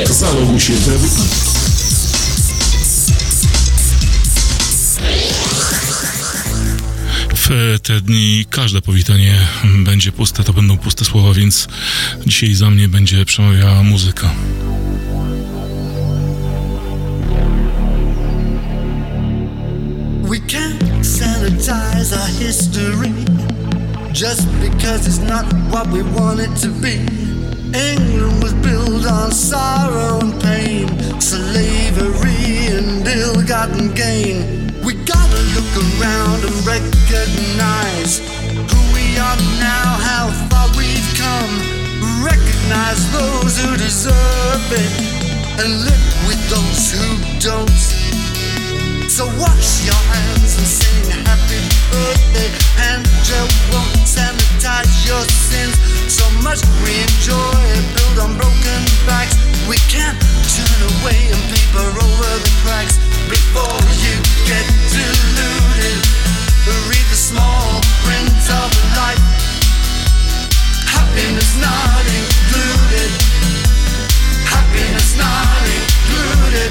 Zaloguj się w W te dni każde powitanie będzie puste, to będą puste słowa, więc dzisiaj za mnie będzie przemawiała muzyka. We can't sanitize our history just because it's not what we want it to be. England was built on sorrow and pain, slavery and ill-gotten gain. We gotta look around and recognize who we are now, how far we've come. Recognize those who deserve it and live with those who don't. So wash your hands and sing happy birthday. Hand gel won't sanitize your sins. So much we enjoy built on broken backs. We can't turn away and paper over the cracks. Before you get deluded, read the small print of life. Happiness not included. Happiness not included.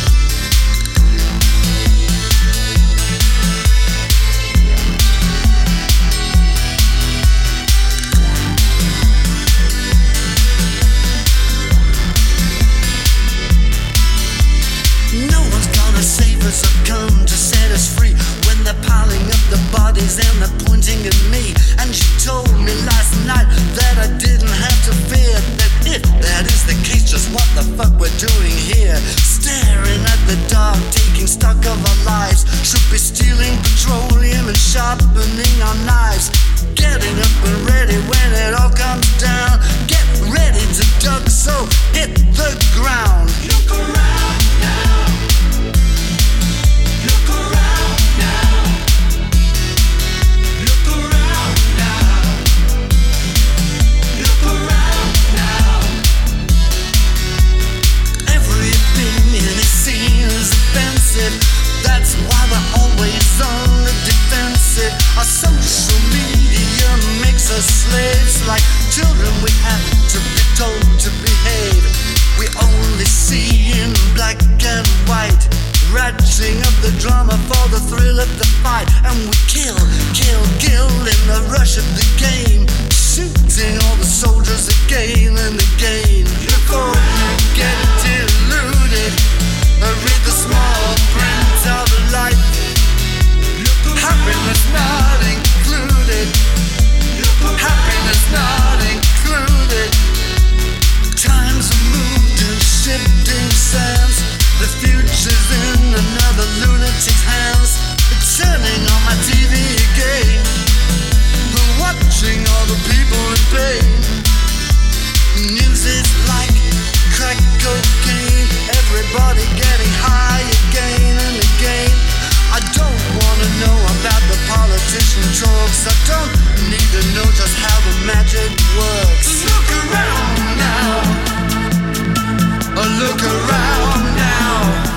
Save us or come to set us free when they're piling up the bodies and they're pointing at me. And she told me last night that I didn't have to fear, that if that is the case, just what the fuck we're doing here. Staring at the dark, taking stock of our lives. Should be stealing petroleum and sharpening our knives. Getting up and ready when it all comes down. Get ready to duck, so hit the ground. Look around now. Look around now. Look around now. Look around now. Every opinion is seen as offensive. That's why we're always on the defensive. Our social media makes us slaves. Like children we have to be told to behave. We only see in black and white, ratcheting up the drama for the thrill of the fight. And we kill, kill, kill in the rush of the game, shooting all the soldiers again and again. Before you get deluded, read the small print of life. Happiness not included. Happiness not included. Times are moved in shifting sands. The future's in another lunatic's hands. Turning on my TV again, watching all the people in pain. News is like crack cocaine. Everybody getting high again and again. I don't wanna know about the politician talks. I don't need to know just how the magic works. Look around now. Look around now.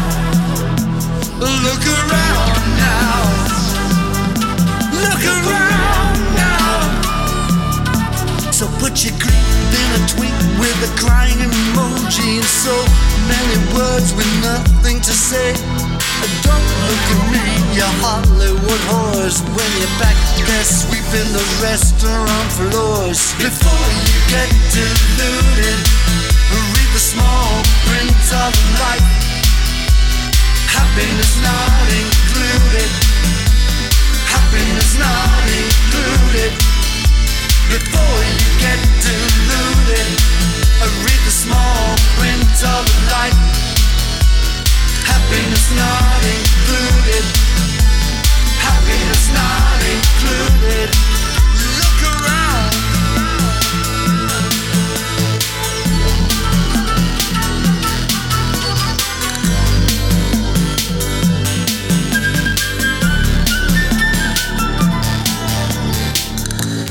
Look around now. Look around now. So put your grip in a tweet with a crying emoji and so many words with nothing to say. Don't look at me, you Hollywood whores, when you're back there sweeping the restaurant floors. Before you get deluded, read the small print of life. Happiness not included. Happiness not included. Before you get deluded, read the small print of life. Happiness not included. Happiness not included. Look around.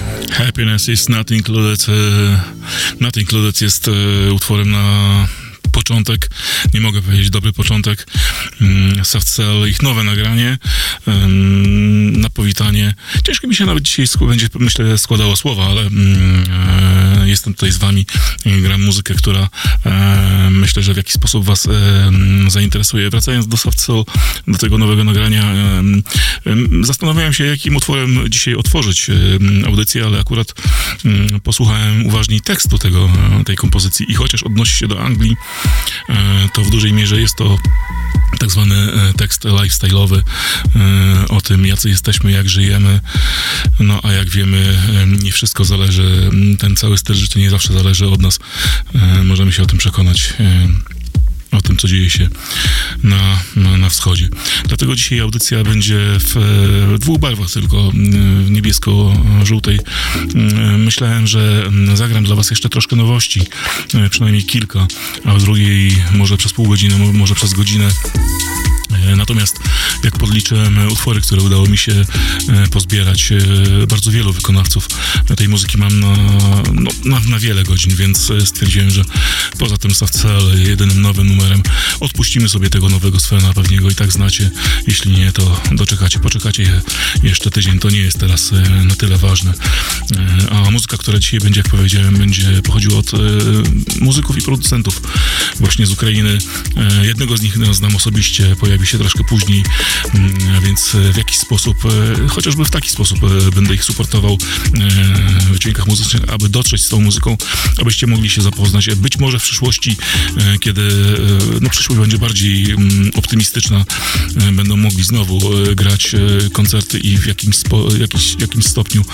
Happiness is not included. Not included jest utworem na początek, nie mogę powiedzieć dobry początek, Soft Cell, ich nowe nagranie na powitanie. Ciężko mi się nawet dzisiaj będzie, myślę, składało słowa, ale jestem tutaj z wami i gram muzykę, która myślę, że w jakiś sposób was zainteresuje. Wracając do Soft Cell, do tego nowego nagrania, zastanawiałem się, jakim utworem dzisiaj otworzyć audycję, ale akurat posłuchałem uważniej tekstu tej kompozycji i chociaż odnosi się do Anglii, to w dużej mierze jest to tak zwany tekst lifestyle'owy o tym, jacy jesteśmy, jak żyjemy. No a jak wiemy, nie wszystko zależy, ten cały styl życia nie zawsze zależy od nas. Możemy się o tym przekonać, o tym, co dzieje się na wschodzie. Dlatego dzisiaj audycja będzie w dwóch barwach tylko, niebiesko-żółtej. Myślałem, że zagram dla was jeszcze troszkę nowości, przynajmniej kilka, a w drugiej może przez pół godziny, może przez godzinę. Natomiast jak podliczyłem utwory, które udało mi się pozbierać, bardzo wielu wykonawców tej muzyki mam na wiele godzin, więc stwierdziłem, że poza tym Soft Cell, jedynym nowym numerem, odpuścimy sobie tego nowego Svena, pewnie go i tak znacie. Jeśli nie, to poczekacie jeszcze tydzień, to nie jest teraz na tyle ważne. A muzyka, która dzisiaj będzie, jak powiedziałem, będzie pochodziła od muzyków i producentów właśnie z Ukrainy. Jednego z nich znam osobiście, pojawi się troszkę później, więc w jakiś sposób, chociażby w taki sposób będę ich supportował w dźwiękach muzycznych, aby dotrzeć z tą muzyką, abyście mogli się zapoznać. Być może w przyszłości, kiedy przyszłość będzie bardziej optymistyczna, będą mogli znowu grać koncerty i w jakimś stopniu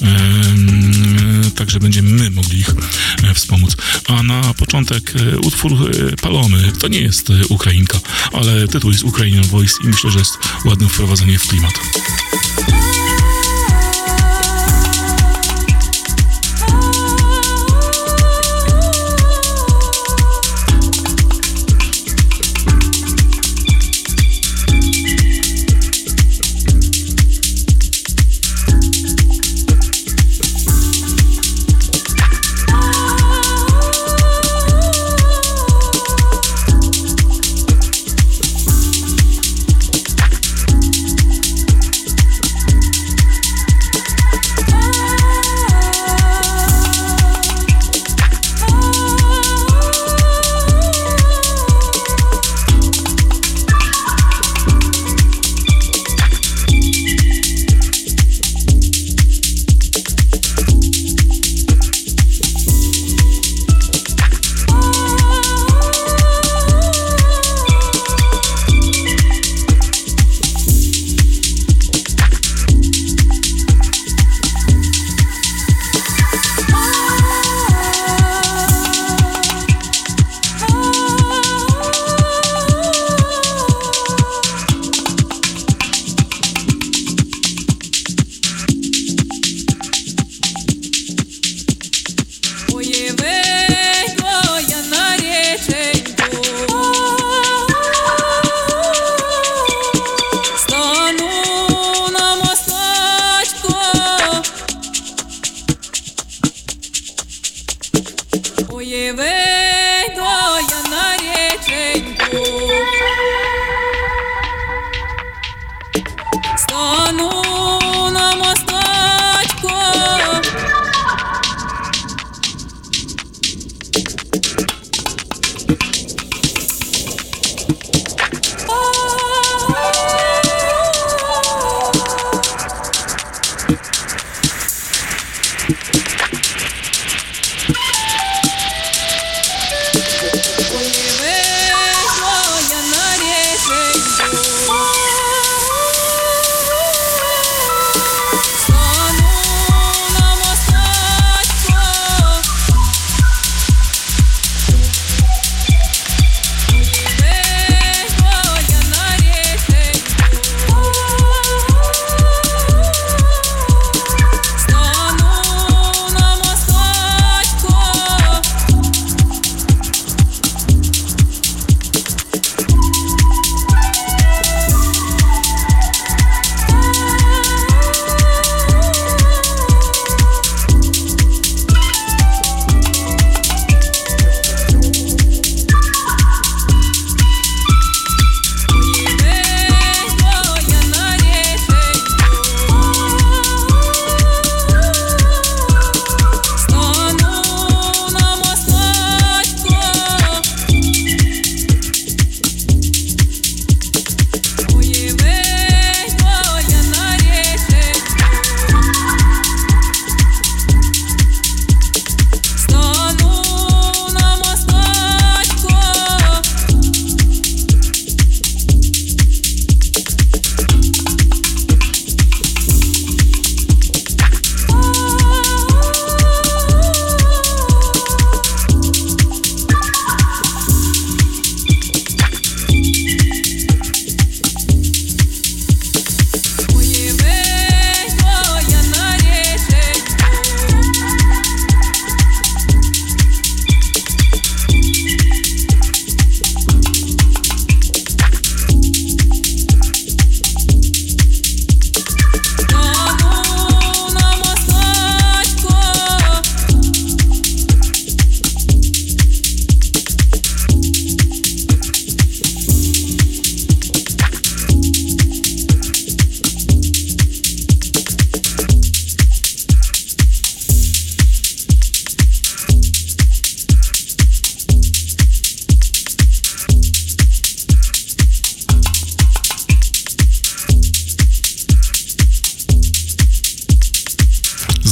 także będziemy my mogli ich wspomóc. A na początek utwór Palomy. To nie jest Ukrainka, ale tytuł jest Ukrainian Voice i myślę, że jest ładne wprowadzenie w klimat.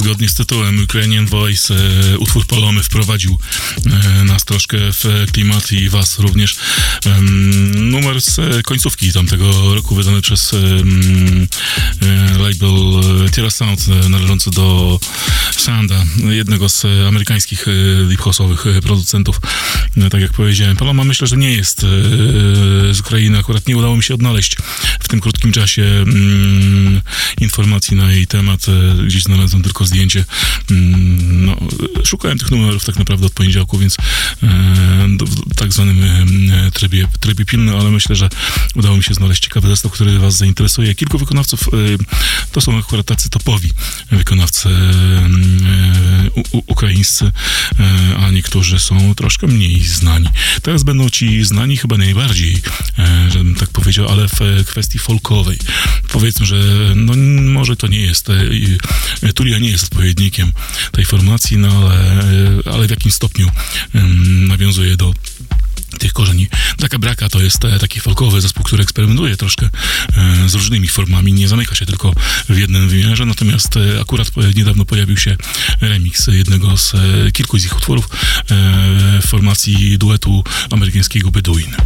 Zgodnie z tytułem Ukrainian Voice, utwór Palomy wprowadził nas troszkę w klimat i was również. Numer z końcówki tamtego roku wydany przez label Tierra Sound, należący do Sanda, jednego z amerykańskich deep house'owych producentów. Tak jak powiedziałem, Paloma myślę, że nie jest z Ukrainy. Akurat nie udało mi się odnaleźć w tym krótkim czasie informacji na jej temat. Gdzieś znalazłem tylko zdjęcie. No, szukałem tych numerów tak naprawdę od poniedziałku, więc w tak zwanym trybie pilnym, ale myślę, że udało mi się znaleźć ciekawy zestaw, który was zainteresuje. Kilku wykonawców, to są akurat tacy topowi wykonawcy ukraińscy, a niektórzy są troszkę mniej znani. Teraz będą ci znani chyba najbardziej, żebym tak powiedział, ale w kwestii folkowej. Powiedzmy, że no może to nie jest, Tulia nie jest odpowiednikiem tej formacji, no ale w jakim stopniu nawiązuje do tych korzeni. Taka Braka to jest taki folkowy zespół, który eksperymentuje troszkę z różnymi formami, nie zamyka się tylko w jednym wymiarze, natomiast akurat niedawno pojawił się remix jednego z kilku z ich utworów w formacji duetu amerykańskiego Beduin.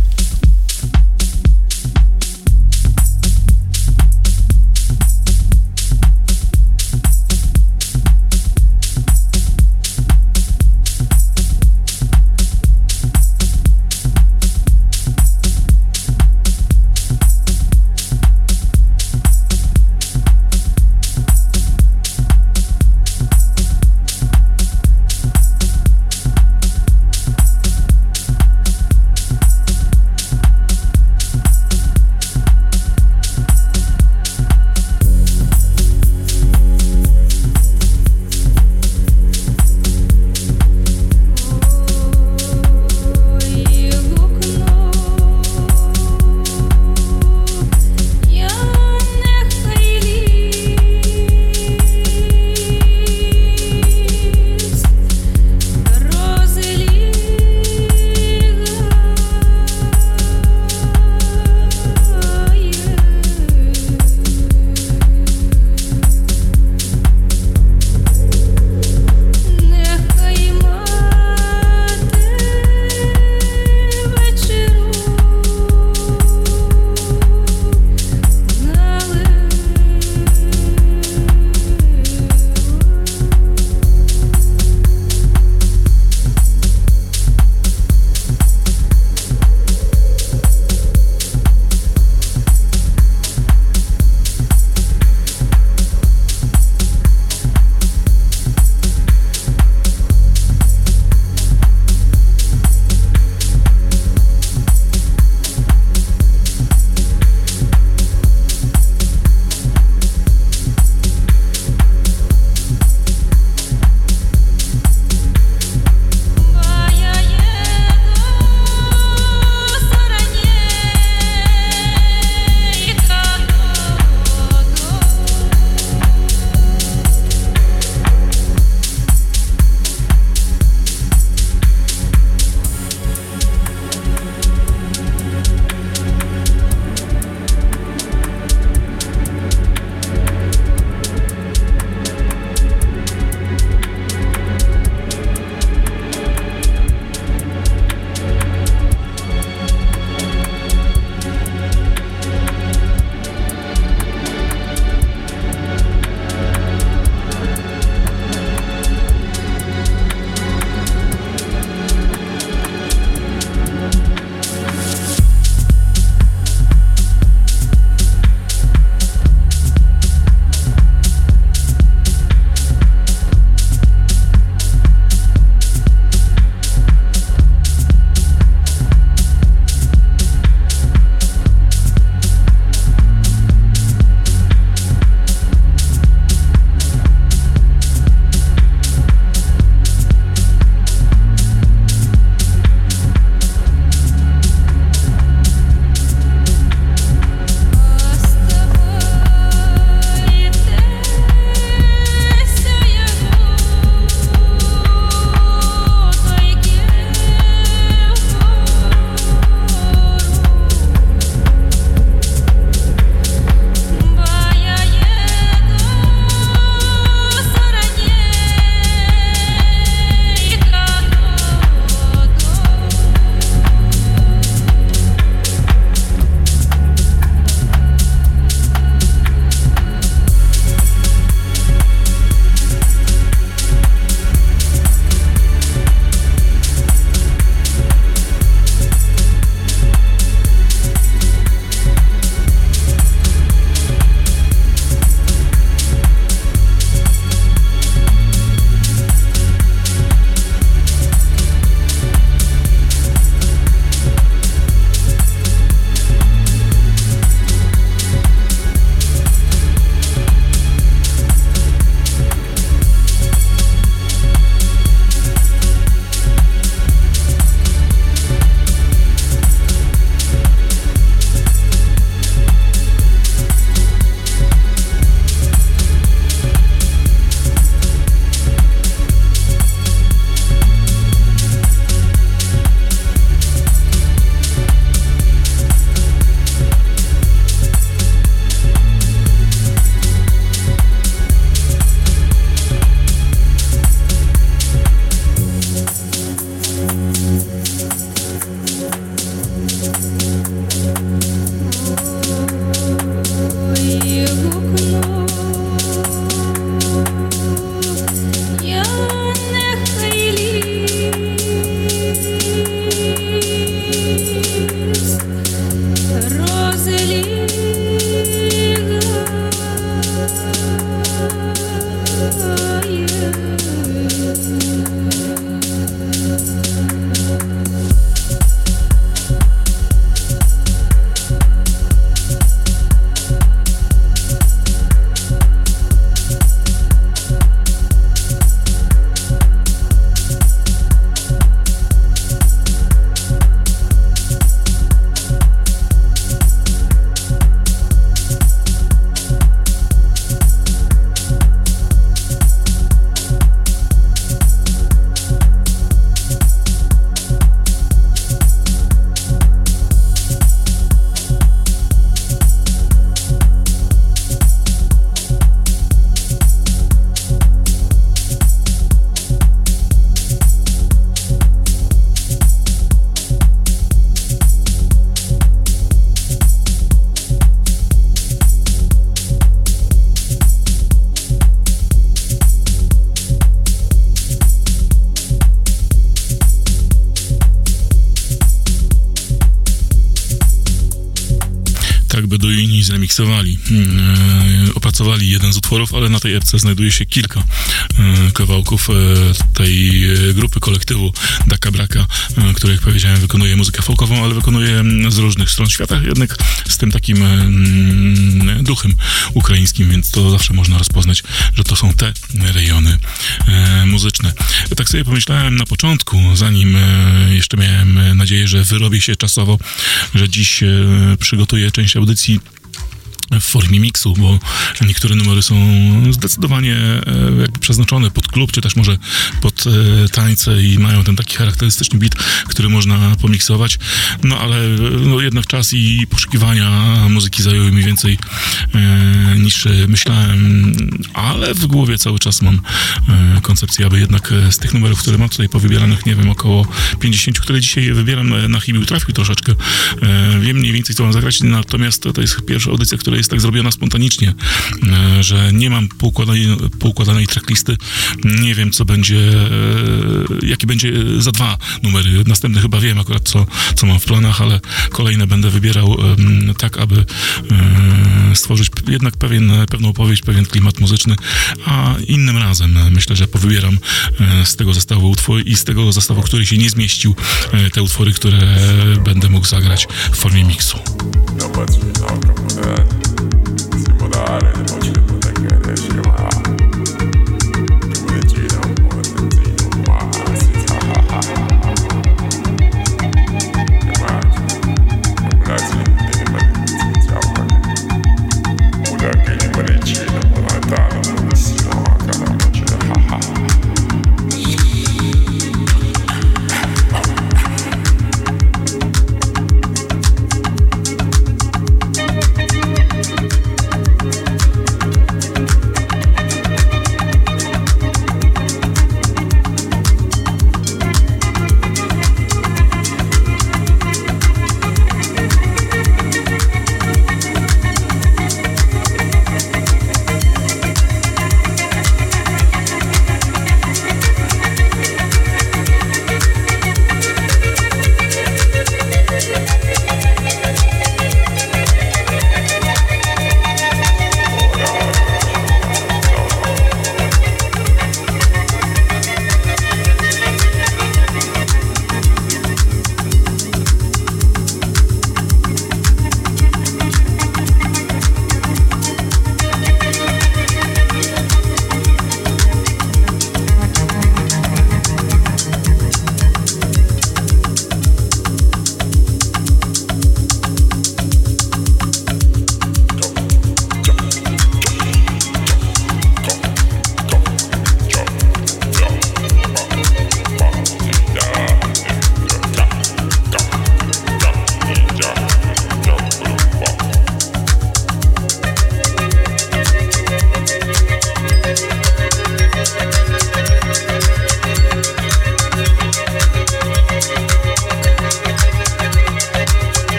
tak Beduini zremiksowali. Opracowali jeden z utworów, ale na tej epce znajduje się kilka kawałków tej grupy, kolektywu Daka Braka, który, jak powiedziałem, wykonuje muzykę folkową, ale wykonuje z różnych stron świata, jednak z tym takim duchem ukraińskim, więc to zawsze można rozpoznać, że to są te rejony muzyczne. Tak sobie pomyślałem na początku, zanim jeszcze miałem nadzieję, że wyrobię się czasowo, że dziś przygotuję część audycji w formie miksu, bo niektóre numery są zdecydowanie jakby przeznaczone pod klub, czy też może pod tańce i mają ten taki charakterystyczny beat, który można pomiksować, no ale jednak czas i poszukiwania muzyki zajęły mi więcej niż myślałem, ale w głowie cały czas mam koncepcję, aby jednak z tych numerów, które mam tutaj powybieranych, nie wiem, około 50, które dzisiaj wybieram na chybił trafił troszeczkę. Wiem mniej więcej, co mam zagrać, natomiast to jest pierwsza audycja, która jest tak zrobiona spontanicznie, że nie mam poukładanej tracklisty, nie wiem, co będzie, jaki będzie za 2 numery. Następny chyba wiem akurat, co mam w planach, ale kolejne będę wybierał tak, aby stworzyć jednak pewną opowieść, pewien klimat muzyczny, a innym razem myślę, że powybieram z tego zestawu utwory i z tego zestawu, który się nie zmieścił, te utwory, które będę mógł zagrać w formie miksu.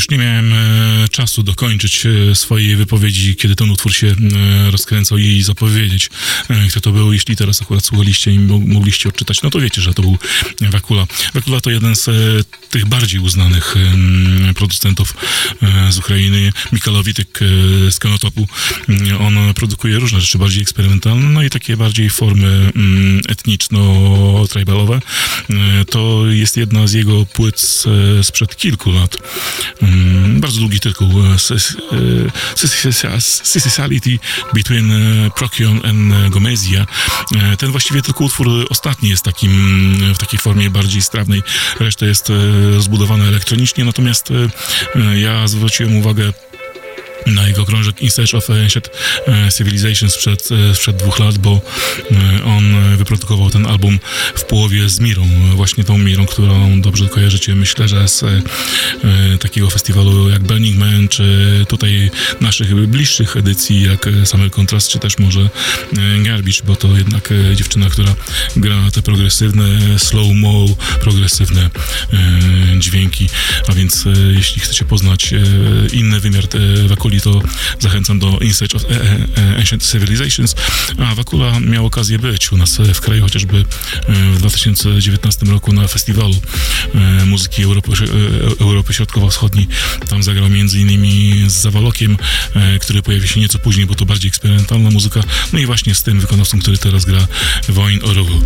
Już nie miałem czasu dokończyć swojej wypowiedzi, kiedy ten utwór się rozkręcał i zapowiedzieć, kto to był. Jeśli teraz akurat słuchaliście i mogliście odczytać, no to wiecie, że to był Wakula. Wakula to jeden z tych bardziej uznanych producentów z Ukrainy. Mikhail Witek z Konotopu. On produkuje różne rzeczy bardziej eksperymentalne, no i takie bardziej formy etniczno-tribalowe. To jest jedna z jego płyt sprzed kilku lat. Bardzo długi tytuł. Society Between Procyon and Gomezia. Ten właściwie tylko utwór ostatni jest w takiej formie bardziej strawnej. Reszta jest rozbudowana elektronicznie, natomiast ja zwróciłem uwagę na jego krążek In Search of Ancient Civilization sprzed 2 lat, bo on wyprodukował ten album w połowie z Mirą, właśnie tą Mirą, którą dobrze kojarzycie, myślę, że z takiego festiwalu jak Burning Man, czy tutaj naszych bliższych edycji jak Summer Contrast, czy też może Garbage, bo to jednak dziewczyna, która gra na te progresywne, slow-mo, progresywne dźwięki, a więc jeśli chcecie poznać inny wymiar Wakuli, to zachęcam do In Search of Ancient Civilizations, a Wakula miał okazję być u nas w kraju, chociażby w 2019 roku na festiwalu muzyki Europy Środkowo-Wschodniej. Tam zagrał m.in. z Zawalokiem, który pojawi się nieco później, bo to bardziej eksperymentalna muzyka, no i właśnie z tym wykonawcą, który teraz gra Wojn Orogu.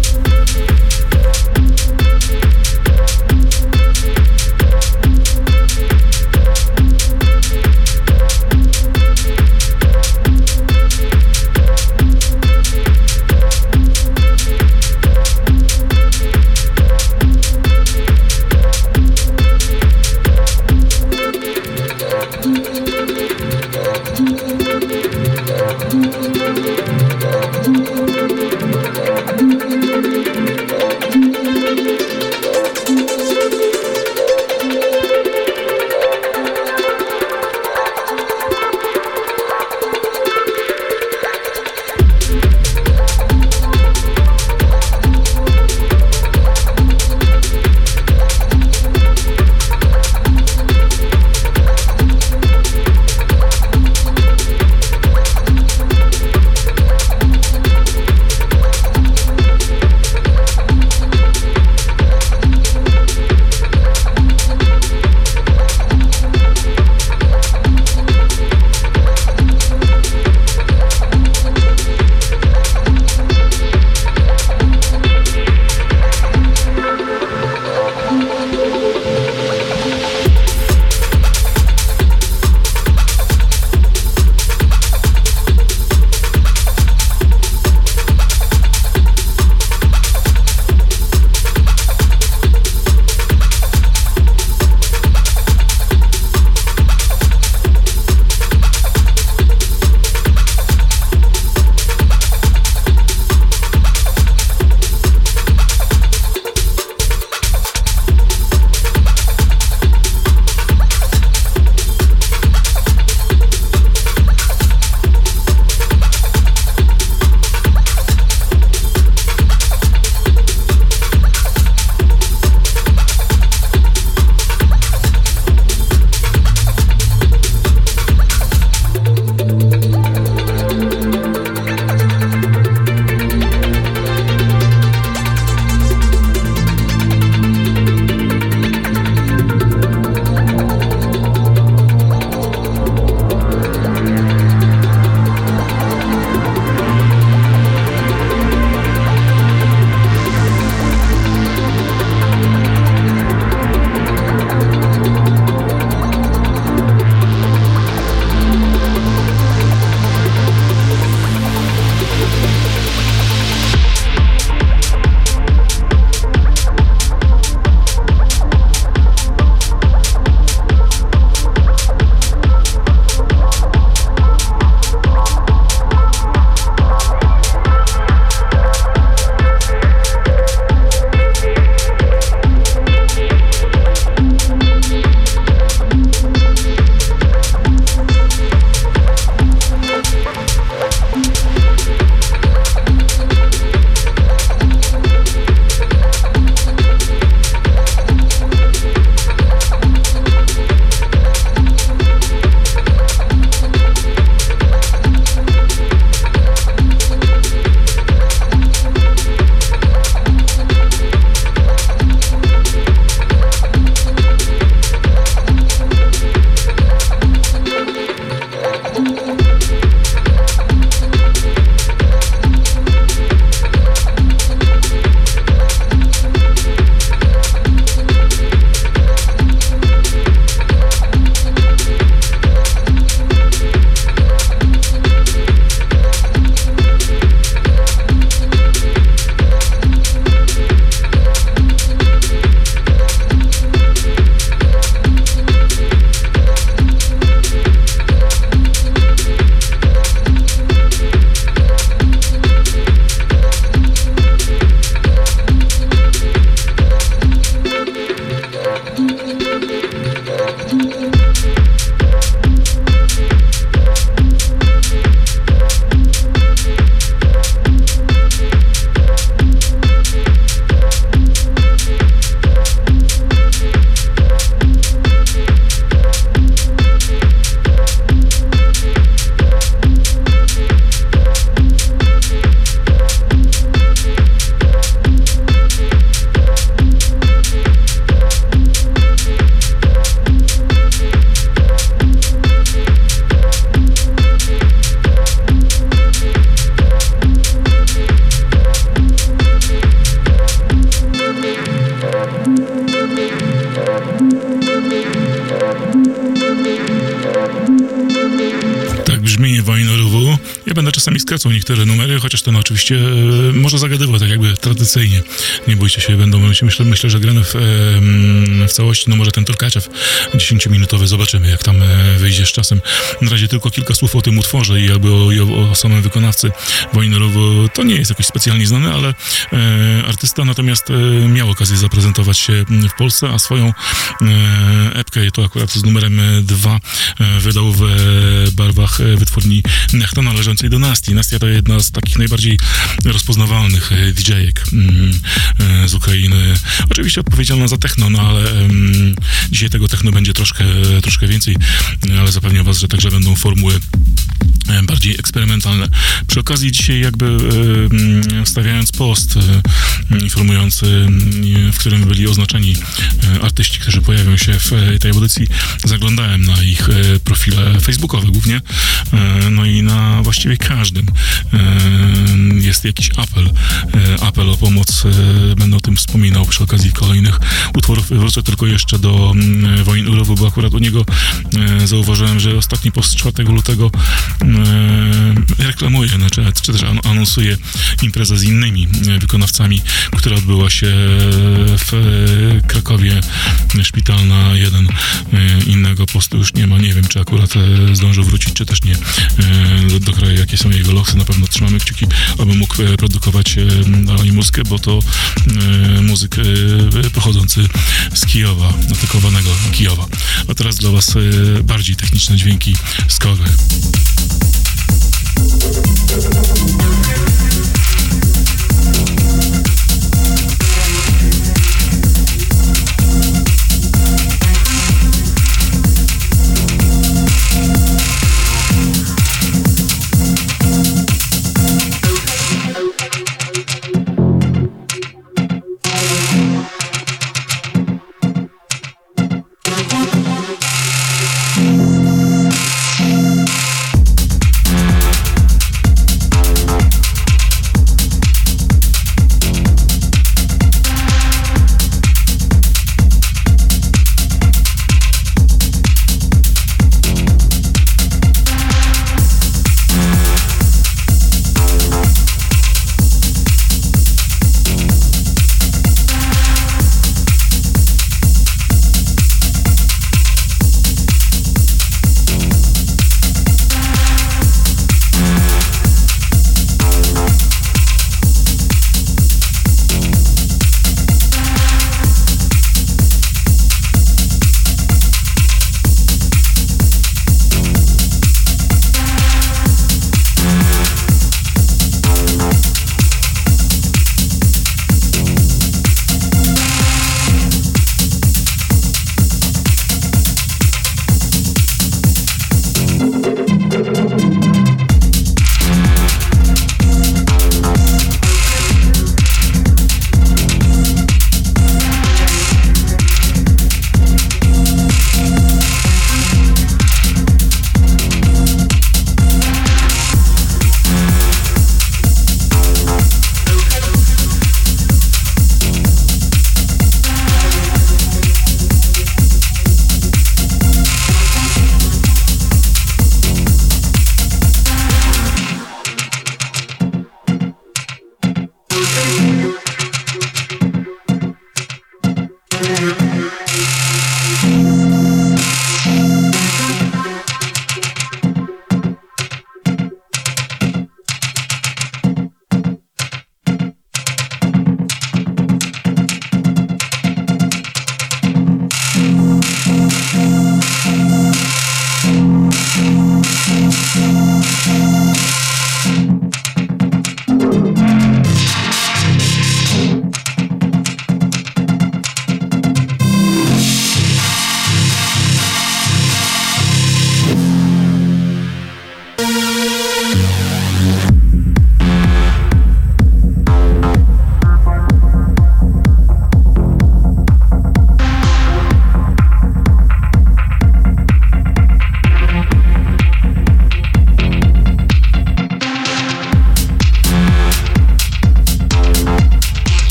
LWW. Ja będę czasami skracał niektóre numery, chociaż ten oczywiście może zagadywał tak jakby tradycyjnie. Nie bójcie się, myślę, że gramy w całości, no może ten Torkaczew 10-minutowy, zobaczymy jak tam wyjdzie z czasem. Na razie tylko kilka słów o tym utworze i jakby o samym wykonawcy Wojny LWW. To nie jest jakoś specjalnie znany, ale artysta natomiast miał okazję zaprezentować się w Polsce, a swoją epkę, to akurat z numerem 2 wydał w barwach wytwórni Nechta należącej do Nastii. Nastia to jedna z takich najbardziej rozpoznawalnych DJ-ek z Ukrainy. Oczywiście odpowiedzialna za techno, no ale dzisiaj tego techno będzie troszkę więcej, ale zapewniam was, że także będą formuły bardziej eksperymentalne. Przy okazji dzisiaj jakby wstawiając post informujący, w którym byli oznaczeni artyści, którzy pojawią się w tej audycji, zaglądałem na ich profile facebookowe głównie, no i na właściwie każdym jest jakiś apel o pomoc. Będę o tym wspominał przy okazji kolejnych utworów. Wrócę tylko jeszcze do Wojny LWW, bo akurat u niego zauważyłem, że ostatni post 4 lutego reklamuje, czy też anonsuje imprezę z innymi wykonawcami, która odbyła się w Krakowie, Szpitalna 1. Innego postu już nie ma, nie wiem, czy akurat zdążył wrócić, czy też nie do kraju, jakie są jego losy. Na pewno trzymamy kciuki, aby mógł produkować dalej muzykę, bo to muzyk pochodzący z Kijowa, atakowanego Kijowa. A teraz dla was bardziej techniczne dźwięki z Kory.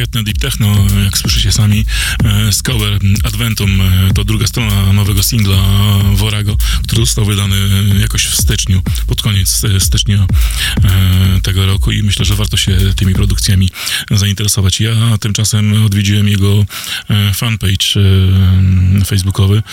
świetne deep techno, jak słyszycie sami. Scour Adventum to druga strona nowego singla Vorago, który został wydany jakoś w styczniu, pod koniec stycznia tego roku i myślę, że warto się tymi produkcjami zainteresować. Ja tymczasem odwiedziłem jego fanpage facebookowy.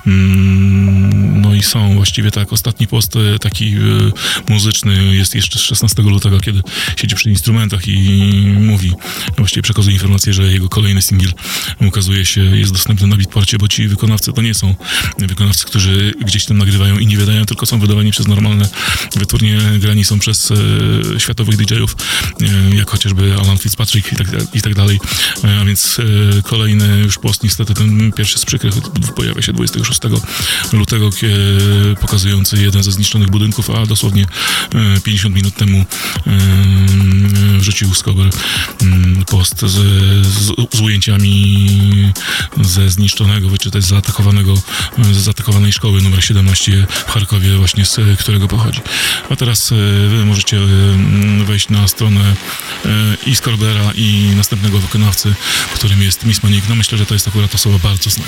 No i są właściwie tak, ostatni post taki muzyczny jest jeszcze z 16 lutego, kiedy siedzi przy instrumentach i mówi, właściwie przekazuje informację, że jego kolejny singiel ukazuje się, jest dostępny na Beatporcie, bo ci wykonawcy to nie są wykonawcy, którzy gdzieś tam nagrywają i nie wydają, tylko są wydawani przez normalne wytwórnie, grani są przez światowych DJ-ów, jak chociażby Alan Fitzpatrick i tak dalej. A więc kolejny już post, niestety ten pierwszy z przykrych pojawia się 26 lutego, pokazujący jeden ze zniszczonych budynków, a dosłownie 50 minut temu wrzucił Scour post z ujęciami ze zniszczonego, wyczytać z zaatakowanej szkoły numer 17 w Charkowie, właśnie z którego pochodzi. A teraz wy możecie wejść na stronę i Scorbera, i następnego wykonawcy, którym jest Miss Monique. No myślę, że to jest akurat osoba bardzo znana.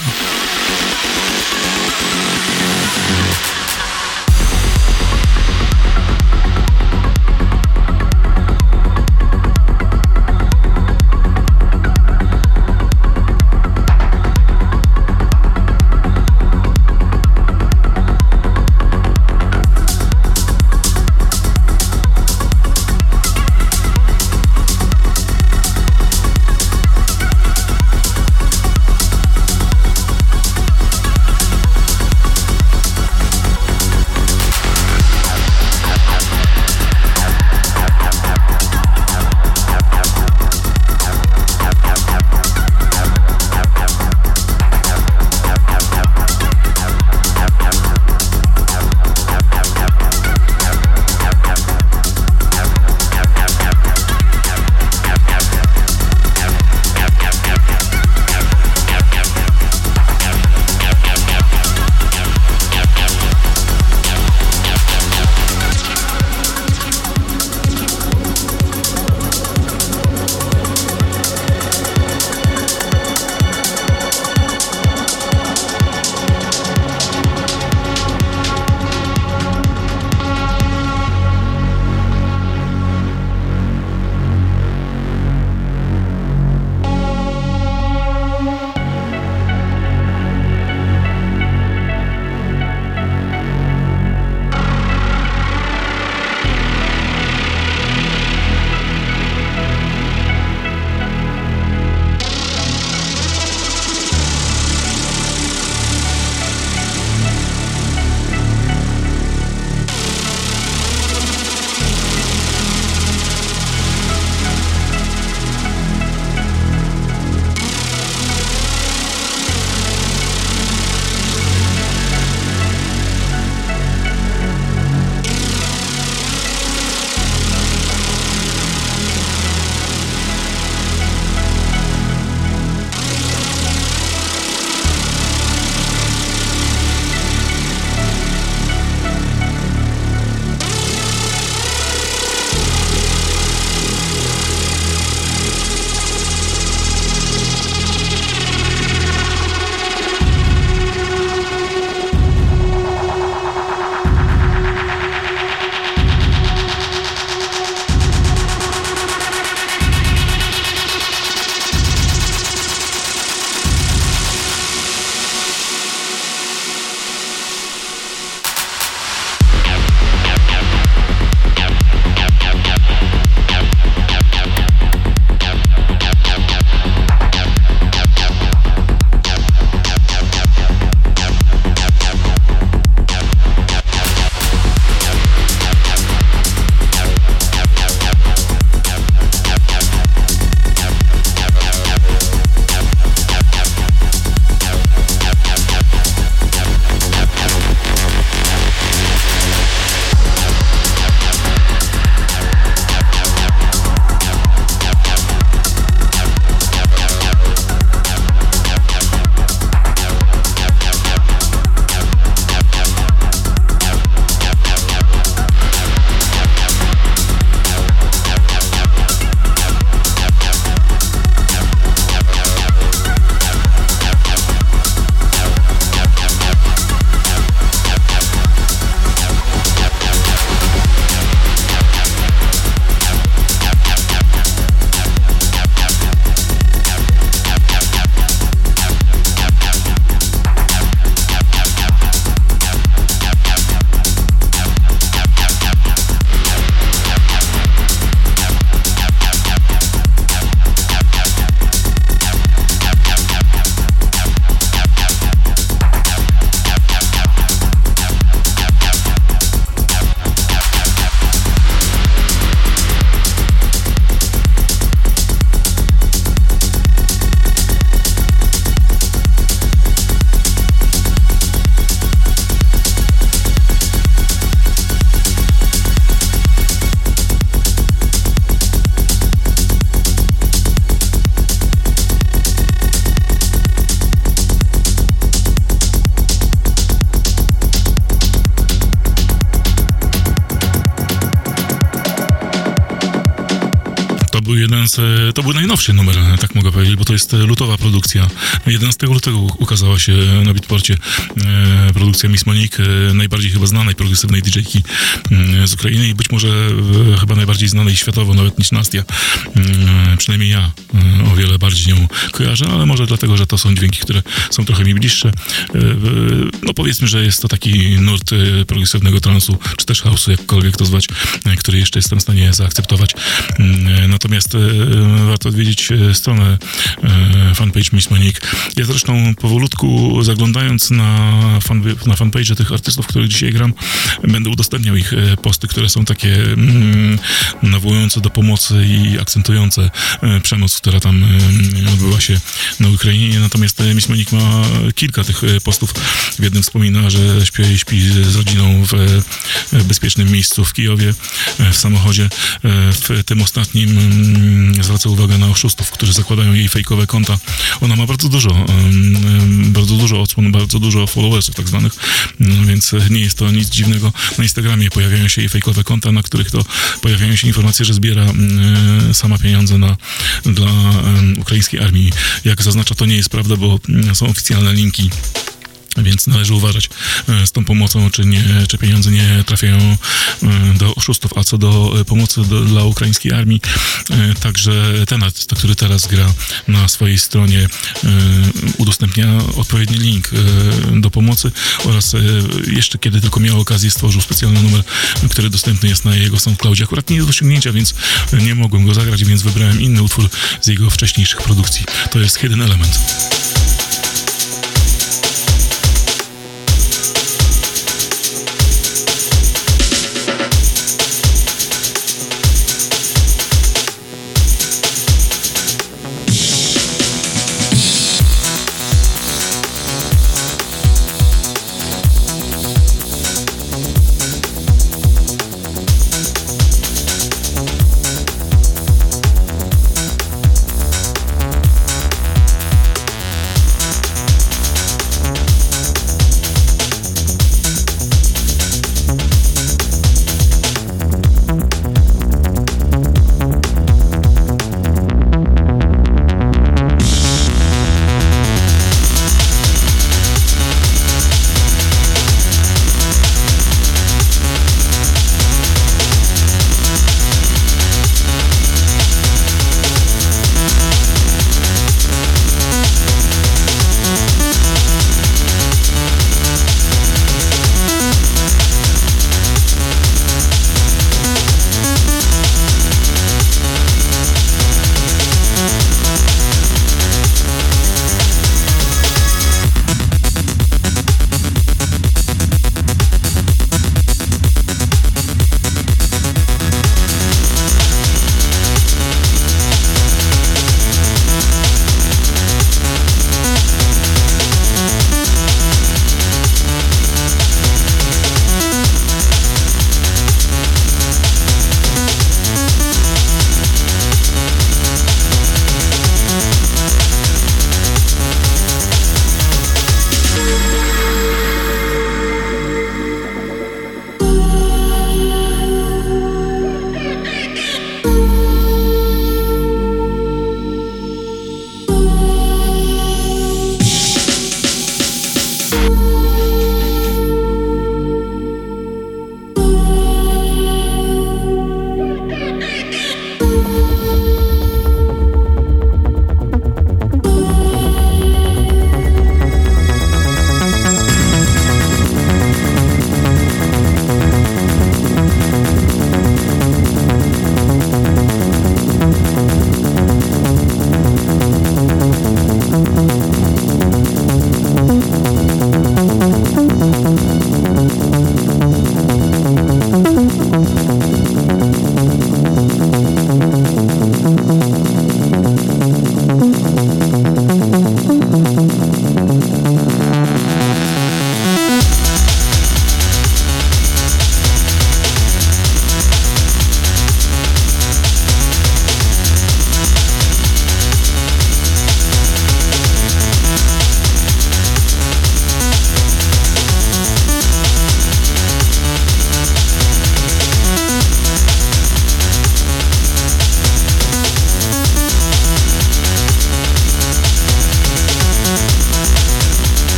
To był najnowszy numer, tak mogę powiedzieć, bo to jest lutowa produkcja. 11 lutego ukazała się na Beatporcie produkcja Miss Monique, najbardziej chyba znanej progresywnej DJ-ki z Ukrainy i być może chyba najbardziej znanej światowo nawet niż Nastia. Przynajmniej ja o wiele bardziej nią kojarzę, ale może dlatego, że to są dźwięki, które są trochę mi bliższe. No powiedzmy, że jest to taki nurt progresywnego transu, czy też house'u, jakkolwiek to zwać, który jeszcze jestem w stanie zaakceptować. Natomiast warto odwiedzić stronę fanpage Miss Monique. Ja zresztą powolutku zaglądając na fanpage tych artystów, których dzisiaj gram, będę udostępniał ich posty, które są takie nawołujące do pomocy i akcentujące przemoc, która tam odbyła się na Ukrainie. Natomiast Miss Monique ma kilka tych postów. W jednym wspomina, że śpi z rodziną w bezpiecznym miejscu w Kijowie, w samochodzie. W tym ostatnim zwraca uwagę na oszustów, którzy zakładają jej fejkowe konta. Ona ma bardzo dużo odsłon, bardzo dużo followersów tak zwanych, więc nie jest to nic dziwnego. Na Instagramie pojawiają się jej fejkowe konta, na których to pojawiają się informacje, że zbiera sama pieniądze dla ukraińskiej armii. Jak zaznacza, to nie jest prawda, bo są oficjalne linki, więc należy uważać z tą pomocą, czy pieniądze nie trafiają do oszustów. A co do pomocy dla ukraińskiej armii, także ten artysta, który teraz gra na swojej stronie, udostępnia odpowiedni link do pomocy oraz jeszcze kiedy tylko miał okazję, stworzył specjalny numer, który dostępny jest na jego SoundCloudzie. Akurat nie jest do osiągnięcia, więc nie mogłem go zagrać, więc wybrałem inny utwór z jego wcześniejszych produkcji. To jest Hidden Element.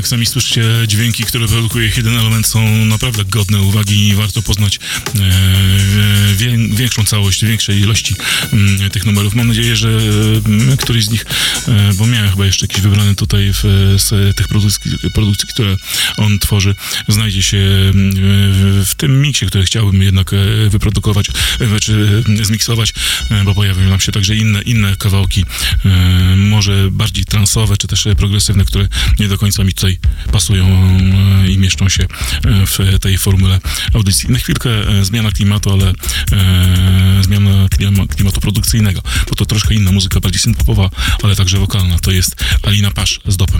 Jak sami słyszycie, dźwięki, które produkuje Hidden Element, są naprawdę godne uwagi i warto poznać większą całość, większej ilości tych numerów. Mam nadzieję, że któryś z nich, bo miałem chyba jeszcze jakiś wybrany tutaj z tych produkcji, które on tworzy, znajdzie się w tym miksie, który chciałbym jednak wyprodukować, czy zmiksować, bo pojawią nam się także inne kawałki, może bardziej transowe, czy też progresywne, które nie do końca mi tutaj pasują i mieszczą się w tej formule audycji. Na chwilkę zmiana klimatu, ale zmiana klimatu produkcyjnego, bo to troszkę inna muzyka, bardziej synth-popowa, ale także wokalna. To jest Alina Pasz z dopem.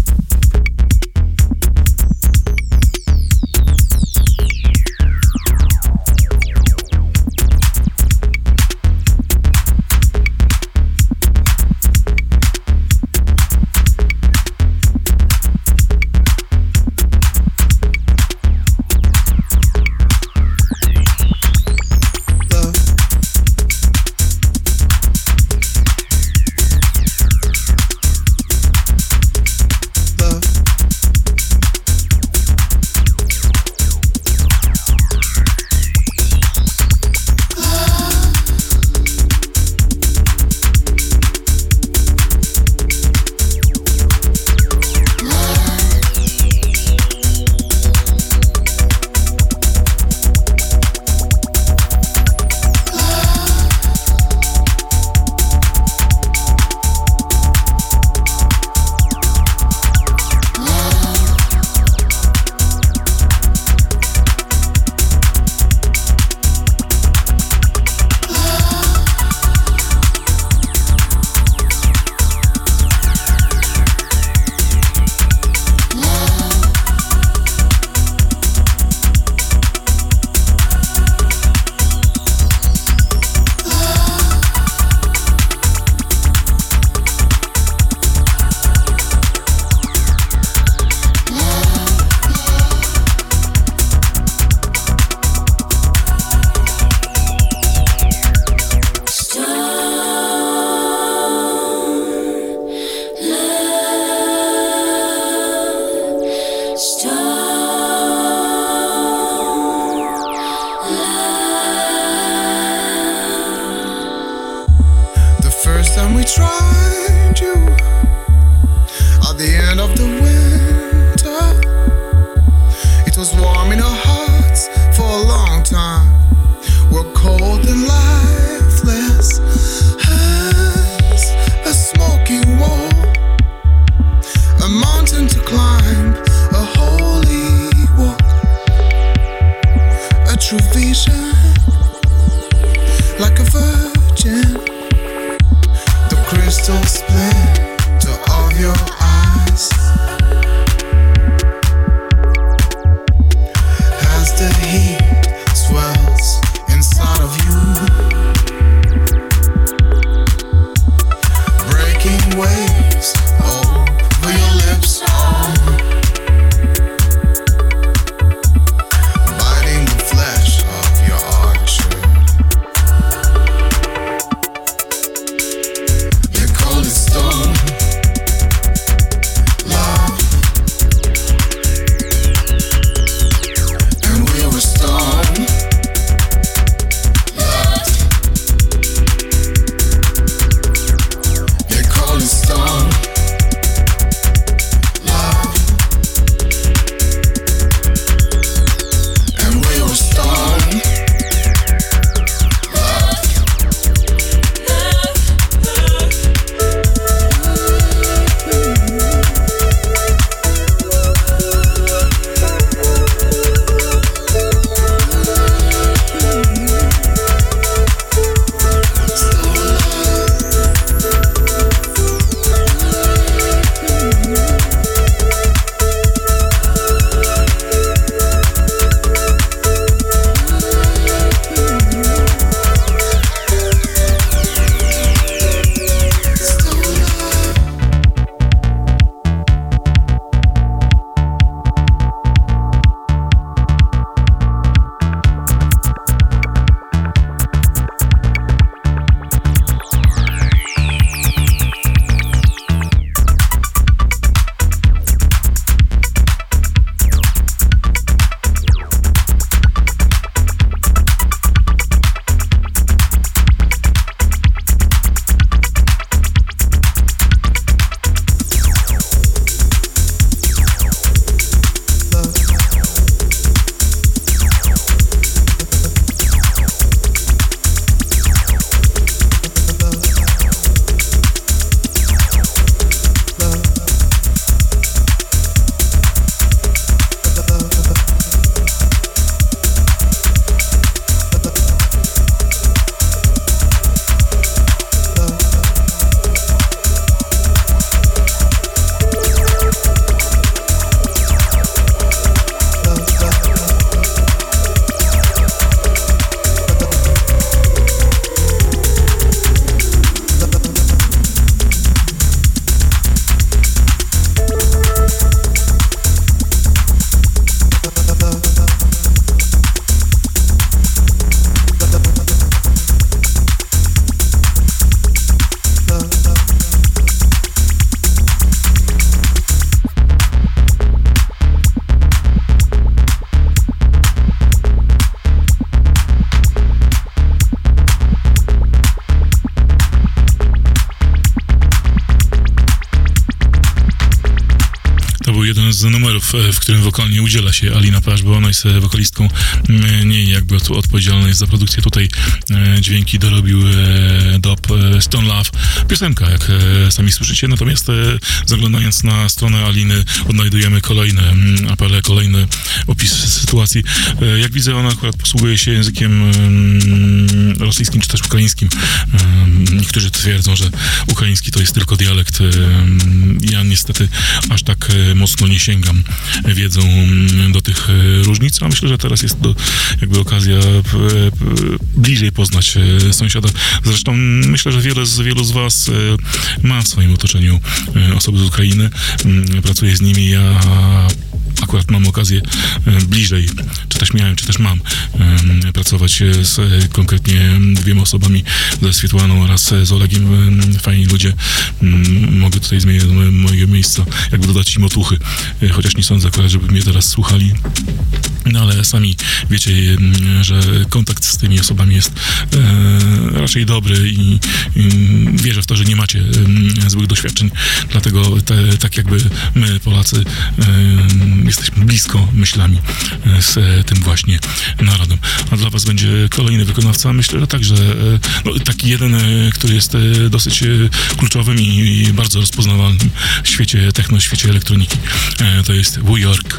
tried you at the end of the winter. It was warm in our hearts for a long time. We're cold and lifeless as a smoking wall, a mountain to climb, a holy walk, a true vision, like a virgin. The crystal splendor of your eyes as the heat swells inside of you. w którym wokalnie udziela się Alina Pasz, bo ona jest wokalistką, nie jakby odpowiedzialna jest za produkcję. Tutaj dźwięki dorobił Dob Stone Love, piosenka, jak sami słyszycie. Natomiast zaglądając na stronę Aliny, odnajdujemy kolejne apele, kolejny opis sytuacji. Jak widzę, ona akurat posługuje się językiem rosyjskim czy też ukraińskim. Niektórzy twierdzą, że ukraiński to jest tylko dialekt. Ja niestety aż tak mocno nie sięgam wiedzą do tych różnic, a myślę, że teraz jest jakby okazja bliżej poznać sąsiada. Zresztą myślę, że wielu z was ma w swoim otoczeniu osoby z Ukrainy, pracuje z nimi. Ja akurat mam okazję bliżej, czy też mam pracować z konkretnie 2 osobami, ze Swietłaną oraz z Olegiem. Fajni ludzie. Mogę tutaj zmienić moje miejsca, jakby dodać im otuchy, chociaż nie sądzę akurat, żeby mnie teraz słuchali. No ale sami wiecie, że kontakt z tymi osobami jest raczej dobry i wierzę w to, że nie macie złych doświadczeń. Dlatego tak jakby my, Polacy, jesteśmy blisko myślami z tym właśnie narodem. A dla was będzie kolejny wykonawca. Myślę, że także taki jeden, który jest dosyć kluczowym i bardzo rozpoznawalnym w świecie techno, w świecie elektroniki. To jest New York.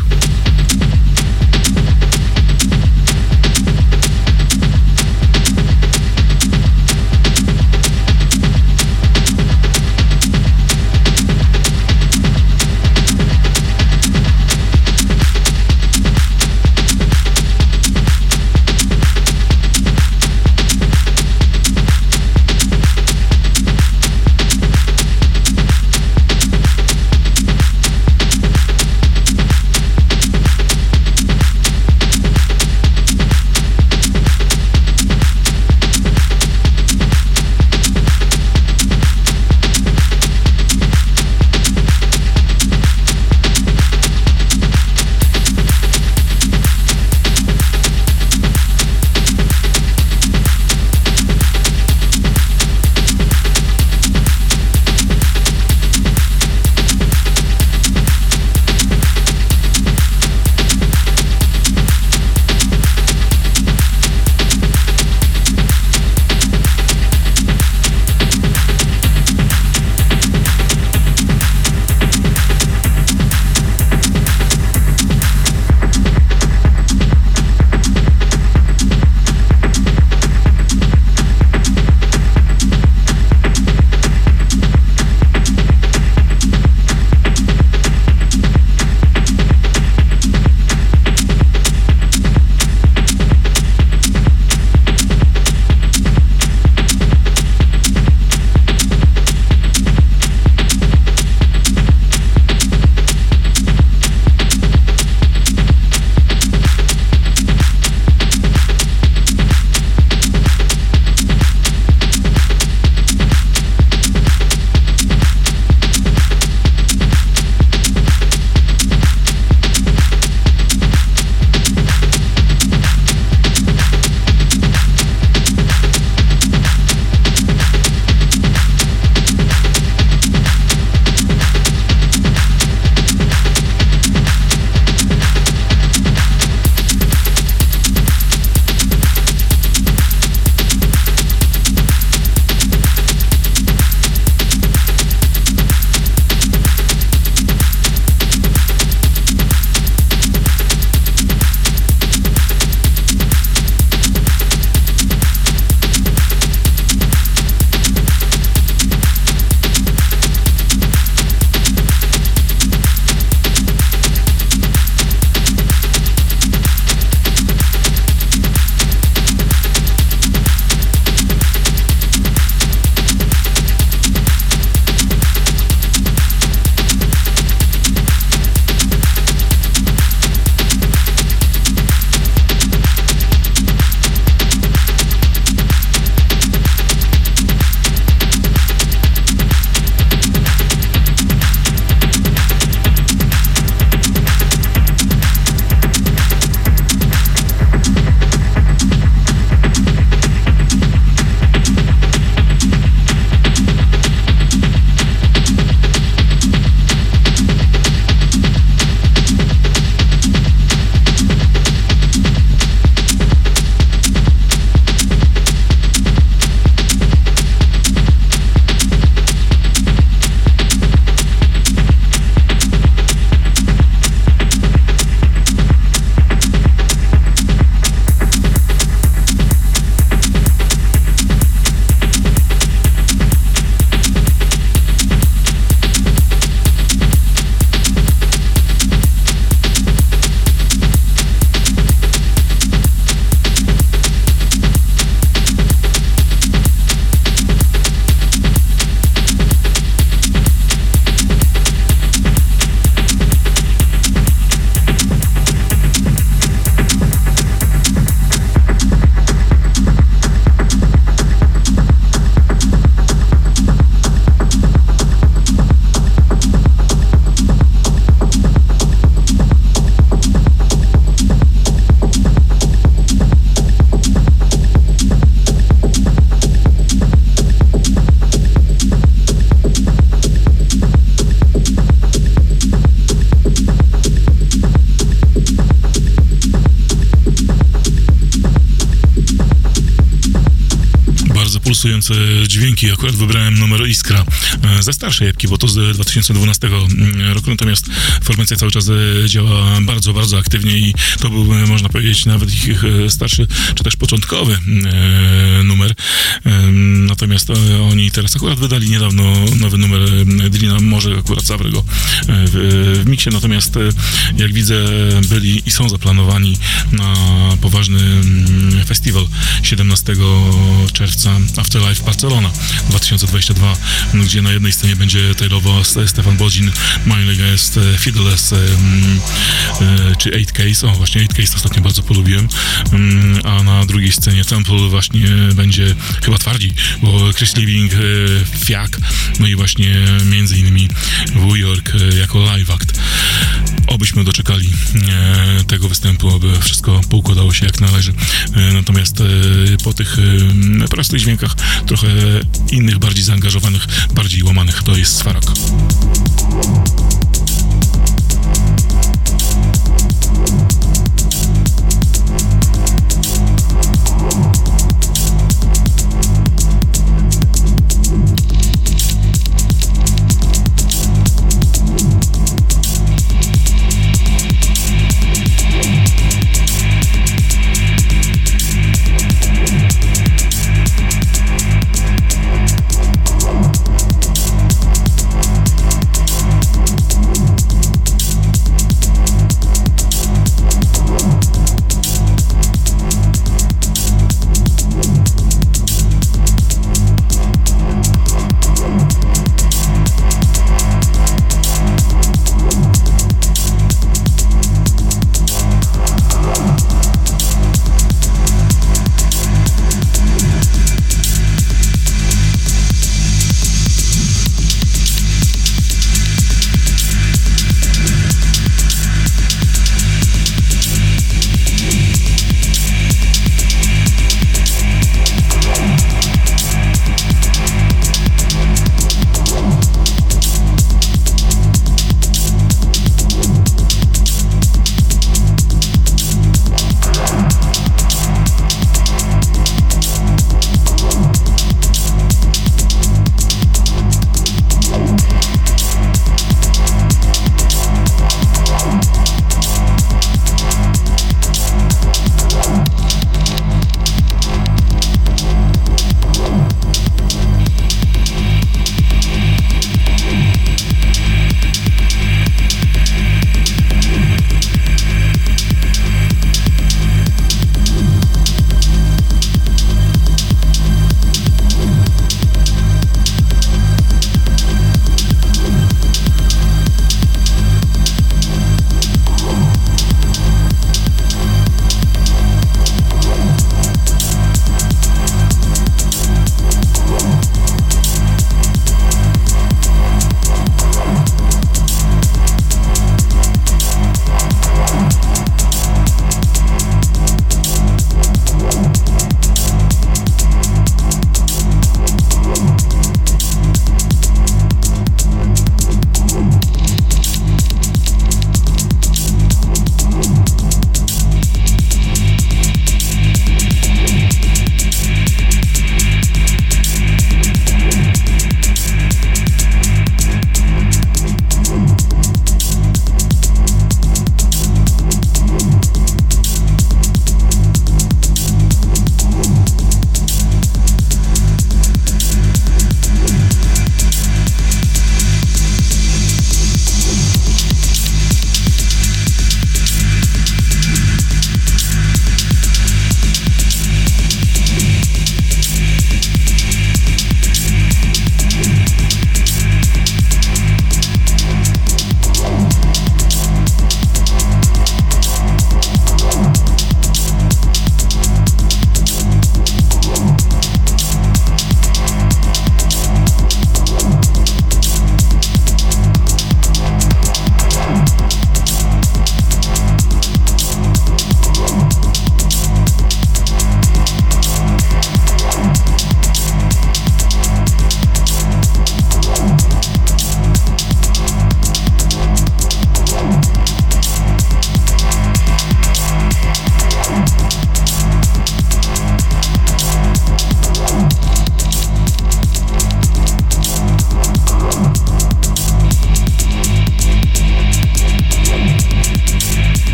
pulsujące dźwięki. Akurat wybrałem numer Iskra ze starszej epki, bo to z 2012 roku, natomiast formacja cały czas działa bardzo, bardzo aktywnie i to był, można powiedzieć, nawet ich starszy, czy też początkowy numer. Natomiast oni teraz akurat wydali niedawno nowy numer Drina, może akurat zawrę go w miksie, natomiast jak widzę, byli i są zaplanowani na poważny festiwal 17 czerwca Afterlife Barcelona 2022, gdzie na jednej scenie będzie Taylowo, Stefan Bodzin, Mine Guest, Fideles czy 8Case, właśnie 8Case ostatnio bardzo polubiłem, a na drugiej scenie Temple właśnie będzie chyba twardzi, bo Chris Living, Fiak, no i właśnie między innymi New York jako live act. Obyśmy doczekali tego występu, aby wszystko poukładało się jak należy. Natomiast po tych prostych dźwiękach, trochę innych, bardziej zaangażowanych, bardziej łamanych, to jest Sfarok.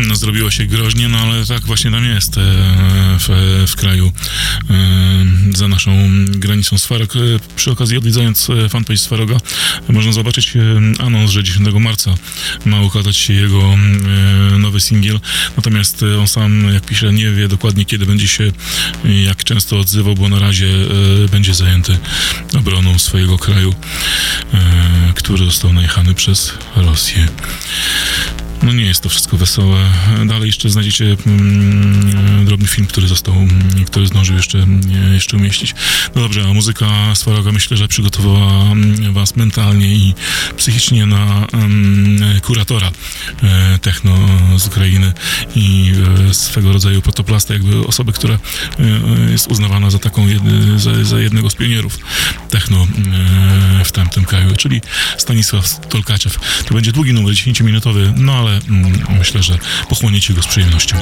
No, zrobiło się groźnie, no ale tak właśnie tam jest w kraju za naszą granicą. Swarog, przy okazji odwiedzając fanpage Swaroga, można zobaczyć anons, że 10 marca ma ukazać się jego nowy singiel, natomiast on sam, jak pisze, nie wie dokładnie kiedy będzie się, jak często odzywał, bo na razie będzie zajęty obroną swojego kraju, który został najechany przez Rosję. No nie jest to wszystko wesołe. Dalej jeszcze znajdziecie drobny film, który zdążył jeszcze umieścić. No dobrze, a muzyka Swaroga myślę, że przygotowała was mentalnie i psychicznie na kuratora techno z Ukrainy i swego rodzaju protoplasta, jakby osoby, która jest uznawana za taką za jednego z pionierów techno w tamtym kraju, czyli Stanisław Tolkaczew. To będzie długi numer, 10-minutowy, no ale myślę, że pochłoniecie go z przyjemnością.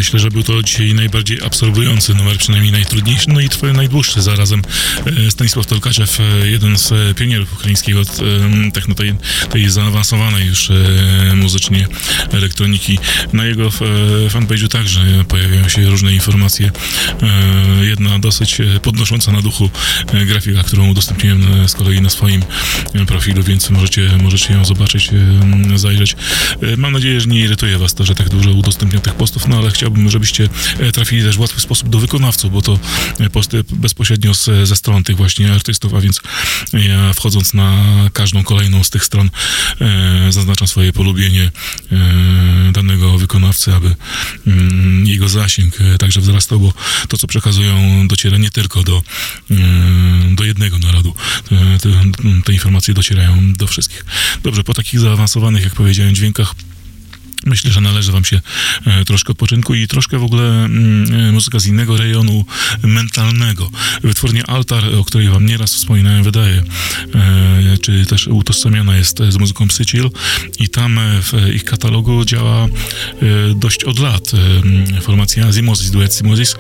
Myślę, że był to dzisiaj najbardziej absorbujący numer, przynajmniej najtrudniejszy, no i najdłuższy zarazem. Stanisław Tolkaczew, jeden z pionierów ukraińskiego techno, tej zaawansowanej już muzycznie elektroniki. Na jego fanpage'u także pojawiają się różne informacje. Jedna dosyć podnosząca na duchu grafika, którą udostępniłem z kolei na swoim profilu, więc możecie ją zobaczyć, zajrzeć. Mam nadzieję, że nie irytuje was to, że tak dużo udostępniam tych postów, no ale chciałbym, żebyście trafili też w łatwy sposób do wykonawców, bo to posty bezpośrednio ze stron tych właśnie artystów, a więc ja wchodząc na każdą kolejną z tych stron zaznaczam swoje polubienie danego wykonawcy, aby jego zasięg także wzrastał, bo to, co przekazują, dociera nie tylko do jednego narodu. Te informacje docierają do wszystkich. Dobrze, po takich zaawansowanych, jak powiedziałem, dźwiękach myślę, że należy wam się troszkę odpoczynku i troszkę w ogóle muzyka z innego rejonu mentalnego. Wytwórnia Altar, o której wam nieraz wspominałem, wydaje, czy też utożsamiana jest z muzyką Psychill i tam w ich katalogu działa dość od lat formacja Zimosis, duet Zimosis.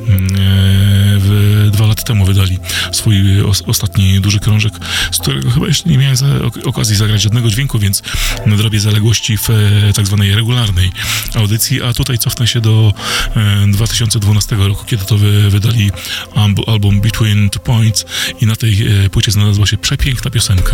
2 lata temu wydali swój ostatni duży krążek, z którego chyba jeszcze nie miałem okazji zagrać żadnego dźwięku, więc nadrobię zaległości w tak zwanej regularnej audycji, a tutaj cofnę się do 2012 roku, kiedy to wydali album Between Two Points i na tej płycie znalazła się przepiękna piosenka.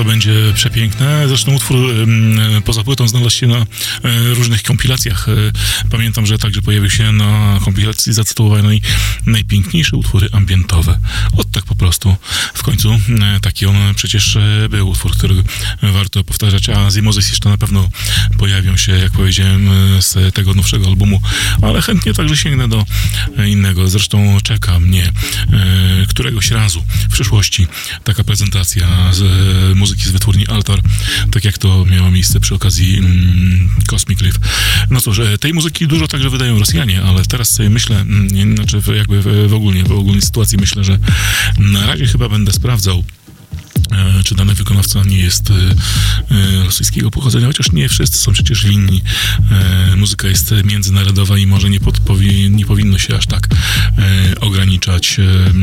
będzie przepiękne. Zresztą utwór poza płytą znalazł się na różnych kompilacjach. Pamiętam, że także pojawił się na kompilacji zatytułowanej Najpiękniejsze utwory ambientowe. Tak po prostu. W końcu taki on przecież był utwór, który warto powtarzać, a Zimozis jeszcze na pewno pojawią się, jak powiedziałem, z tego nowszego albumu, ale chętnie także sięgnę do innego. Zresztą czeka mnie któregoś razu w przyszłości taka prezentacja z muzyki z wytwórni Altar, tak jak to miało miejsce przy okazji Cosmic Live. No cóż, tej muzyki dużo także wydają Rosjanie, ale teraz sobie myślę, znaczy jakby w ogólnej sytuacji myślę, że na razie chyba będę sprawdzał, czy dany wykonawca nie jest rosyjskiego pochodzenia, chociaż nie wszyscy są przecież winni. Muzyka jest międzynarodowa i może nie powinno się aż tak ograniczać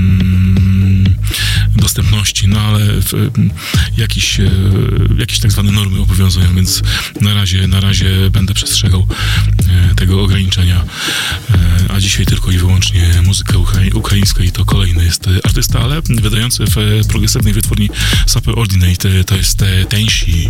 dostępności, no ale jakieś tak zwane normy obowiązują, więc na razie będę przestrzegał tego ograniczenia, a dzisiaj tylko i wyłącznie muzyka ukraińska i to kolejny jest artysta, ale wydający w progresywnej wytwórni Super Ordinate, to jest Tenshi.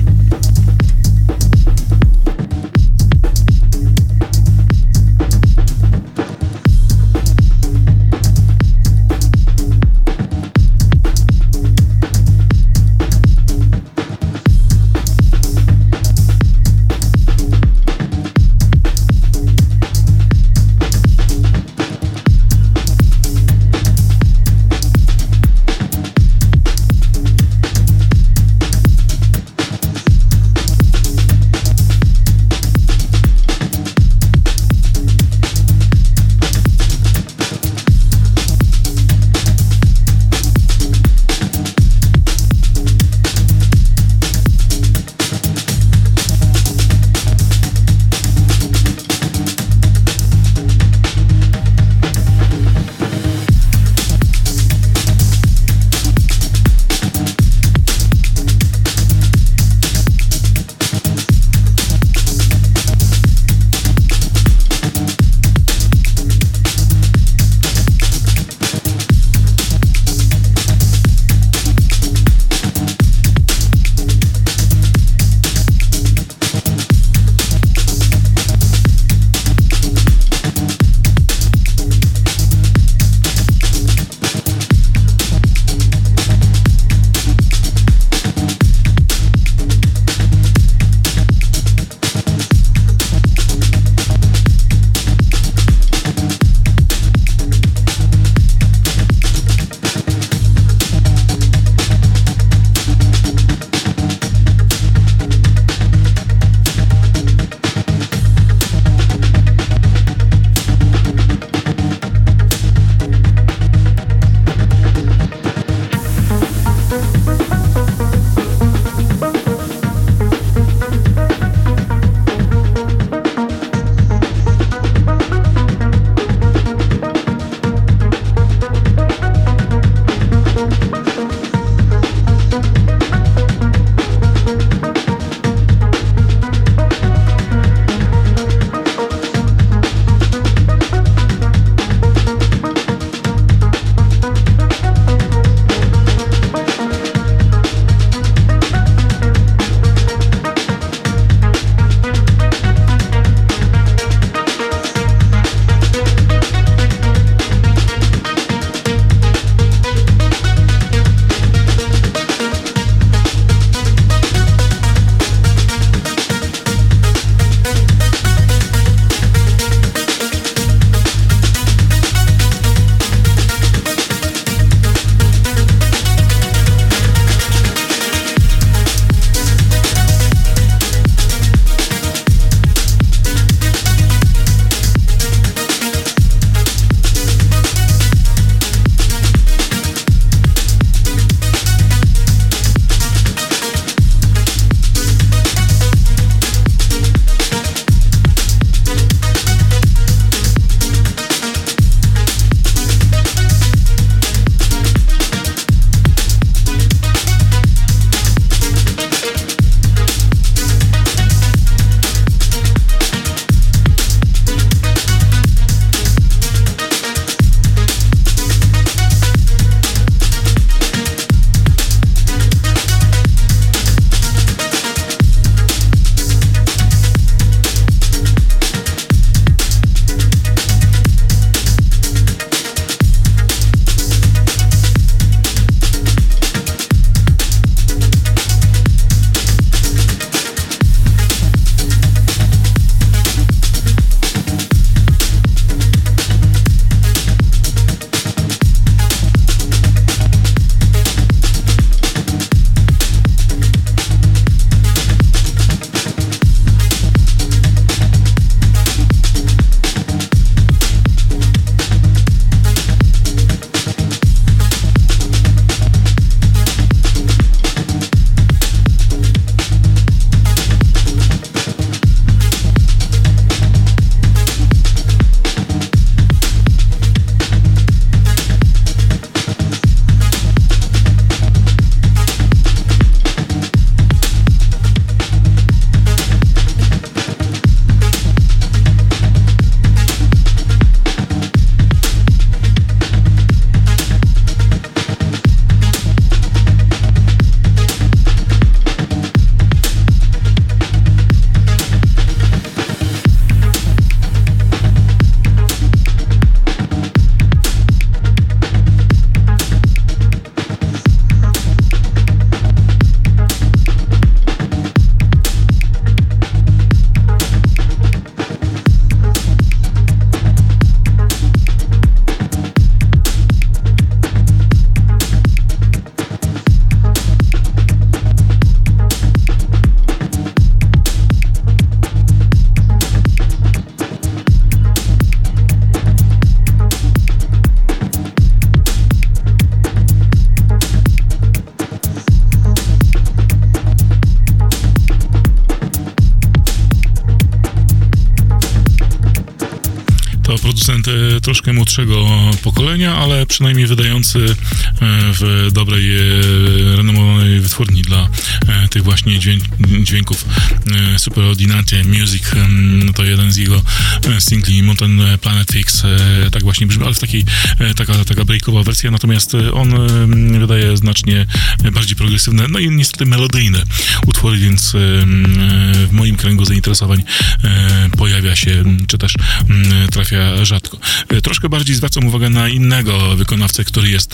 To producent troszkę młodszego pokolenia, ale przynajmniej wydający w dobrej, renomowanej wytwórni dla tych właśnie dźwięków Superordinate Music. To jeden z jego singli, Mountain Planet Fix, tak właśnie brzmi, ale w takiej taka breakowa wersja, natomiast on wydaje znacznie bardziej progresywne, no i niestety melodyjne utwory, więc w moim kręgu zainteresowań pojawia się, czy też trafia rzadko. Troszkę bardziej zwracam uwagę na innego wykonawcę, który jest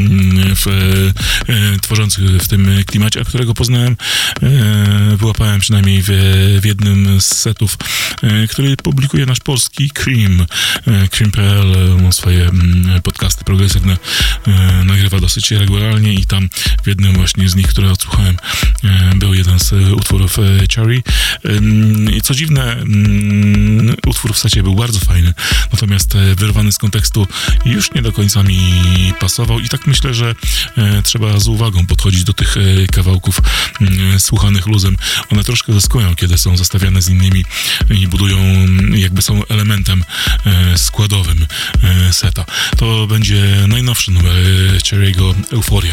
tworzący w tym klimacie, a którego poznałem, wyłapałem przynajmniej w jednym z setów, który publikuje nasz polski Cream.pl, swoje podcasty progresywne nagrywa dosyć regularnie i tam w jednym właśnie z nich, które odsłuchałem, był jeden z utworów Cherry. Co dziwne, utwór w secie był bardzo fajny, natomiast wyrwany z kontekstu już nie do końca mi pasował i tak myślę, że trzeba z uwagą podchodzić do tych kawałków słuchanych luzem. One troszkę zyskują, kiedy są zestawiane z innymi i budują, jakby są elementem składowym seta. To będzie najnowszy numer Cherry'ego, Euphoria.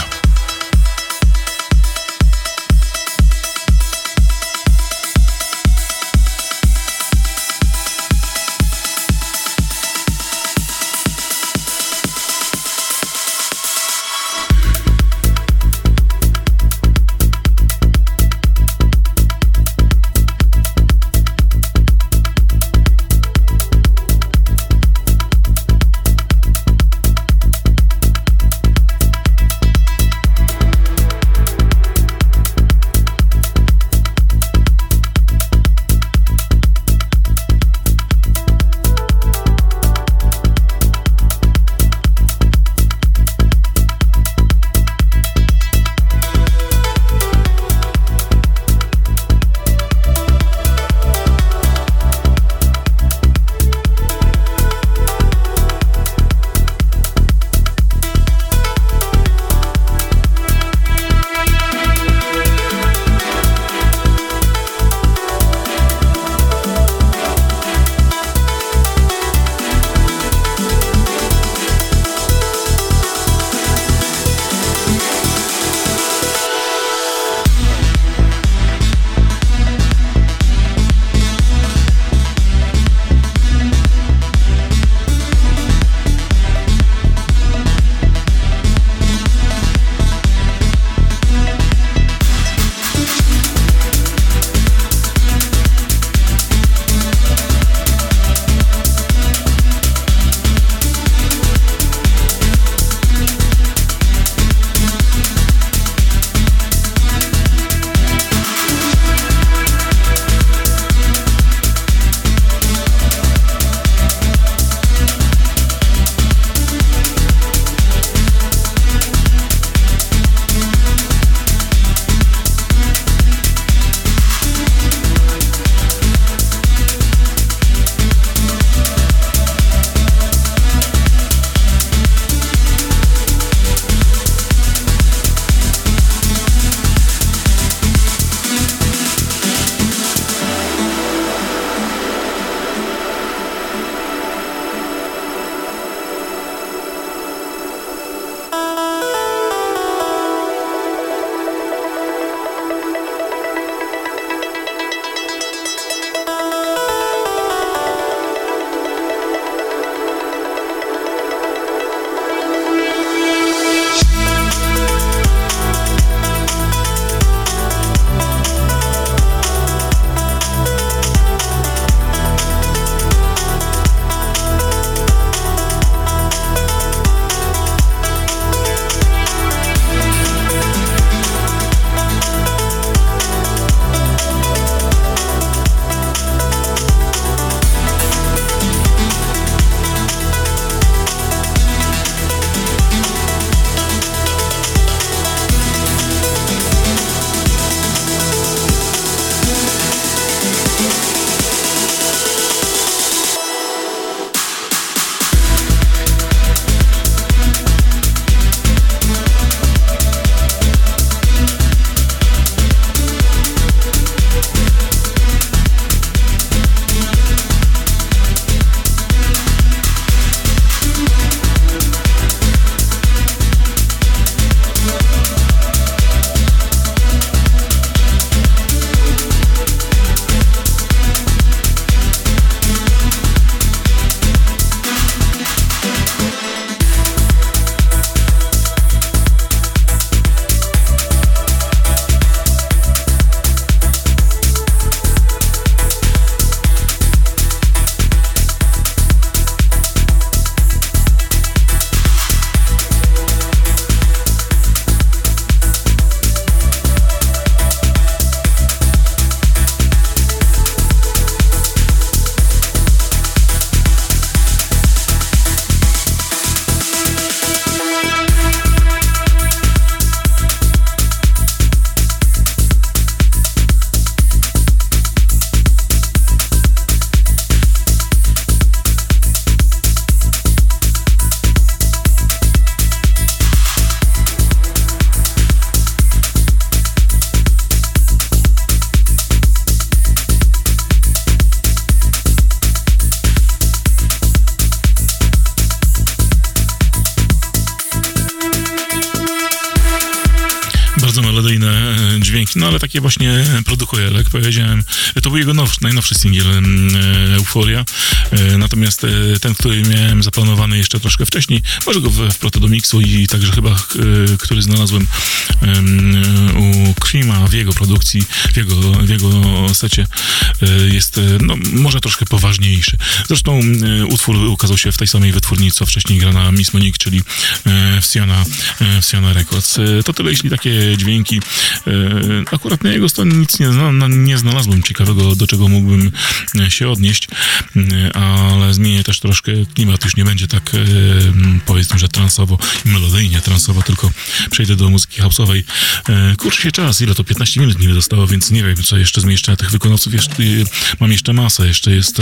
dźwięki, no ale takie właśnie produkuje, jak powiedziałem, to był jego najnowszy singiel, Euforia, natomiast ten, który miałem zaplanowany jeszcze troszkę wcześniej, może go wplotę do miksu i także chyba, który znalazłem u Creama w jego produkcji, w jego secie, jest, no, może troszkę poważniejszy. Zresztą utwór ukazał się w tej samej wytwórni, co wcześniej gra na Miss Monique, czyli w Siana Records. To tyle, jeśli takie dźwięki. Akurat na jego stronie nic nie znalazłem ciekawego, do czego mógłbym się odnieść, ale zmienię też troszkę klimat. Już nie będzie tak, powiedzmy, że transowo i melodyjnie transowo, tylko przejdę do muzyki house'owej. Kurczę się czas, ile to? 15 minut mi zostało, więc nie wiem, co jeszcze zmieszczę. Tych wykonawców mam jeszcze masę. Jeszcze jest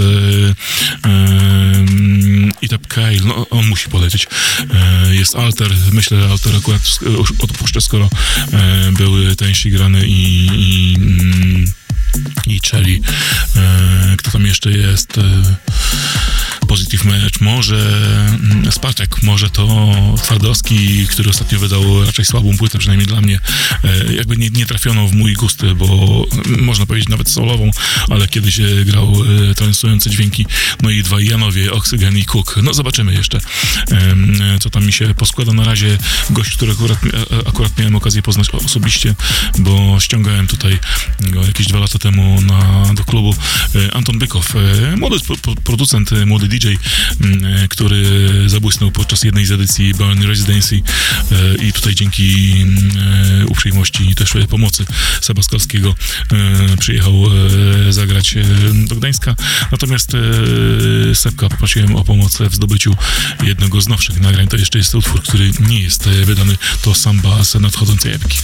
Itap Kale, no on musi polecieć. Jest Alter, myślę, że Alter akurat odpuszczę, skoro były tańsi grane i Chelly. Kto tam jeszcze jest? Positive Match, może Spartak, może to Twardowski, który ostatnio wydał raczej słabą płytę, przynajmniej dla mnie. Jakby nie trafiono w mój gust, bo można powiedzieć nawet solową, ale kiedyś grał transujące dźwięki. No i dwaj Janowie, Oxygen i Cook. No zobaczymy jeszcze, co tam mi się poskłada. Na razie gość, który akurat miałem okazję poznać osobiście, bo ściągałem tutaj go jakieś 2 lata temu do klubu. Anton Bykow, młody producent, młody DJ, który zabłysnął podczas jednej z edycji Burn Residency i tutaj dzięki uprzejmości i też pomocy Seba Skalskiego przyjechał zagrać do Gdańska. Natomiast Sebka poprosiłem o pomoc w zdobyciu jednego z nowszych nagrań. To jeszcze jest utwór, który nie jest wydany. To Samba z nadchodzącej epki.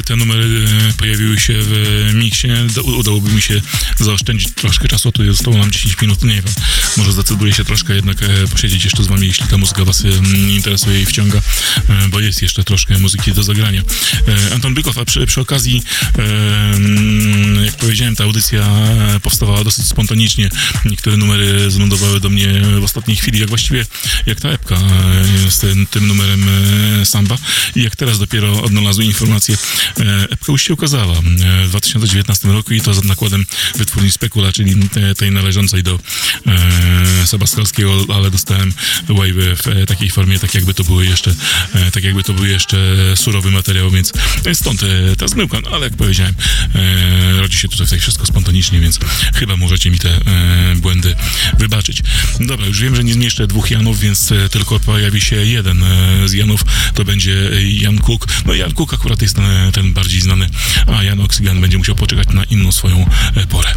te numery pojawiły się w miksie, udałoby mi się zaoszczędzić troszkę czasu, tu zostało nam 10 minut, nie wiem, może zdecyduję się troszkę jednak posiedzieć jeszcze z wami, jeśli ta muzyka was interesuje i wciąga, bo jest jeszcze troszkę muzyki do zagrania. Anton Bykow, a przy okazji, jak powiedziałem, ta audycja powstawała dosyć spontanicznie. Niektóre numery zlądowały do mnie w ostatniej chwili, jak właściwie jak ta epka z tym numerem Samba. I jak teraz dopiero odnalazłem informację, epka już się ukazała w 2019 roku i to za nakładem wytwórni Spekula, czyli tej należącej do Sebaskalskiego, ale dostałem wave'y w takiej formie, tak jakby to był jeszcze surowy materiał, więc stąd ta zmyłka, no ale jak powiedziałem, rodzi się tutaj wszystko spontanicznie, więc chyba możecie mi te błędy wybaczyć. Dobra, już wiem, że nie zmieszczę 2 Janów, więc tylko pojawi się jeden z Janów, to będzie Jan Cook. No Jan Cook akurat jest ten bardziej znany, a Jan Oxygen będzie musiał poczekać na inną swoją porę.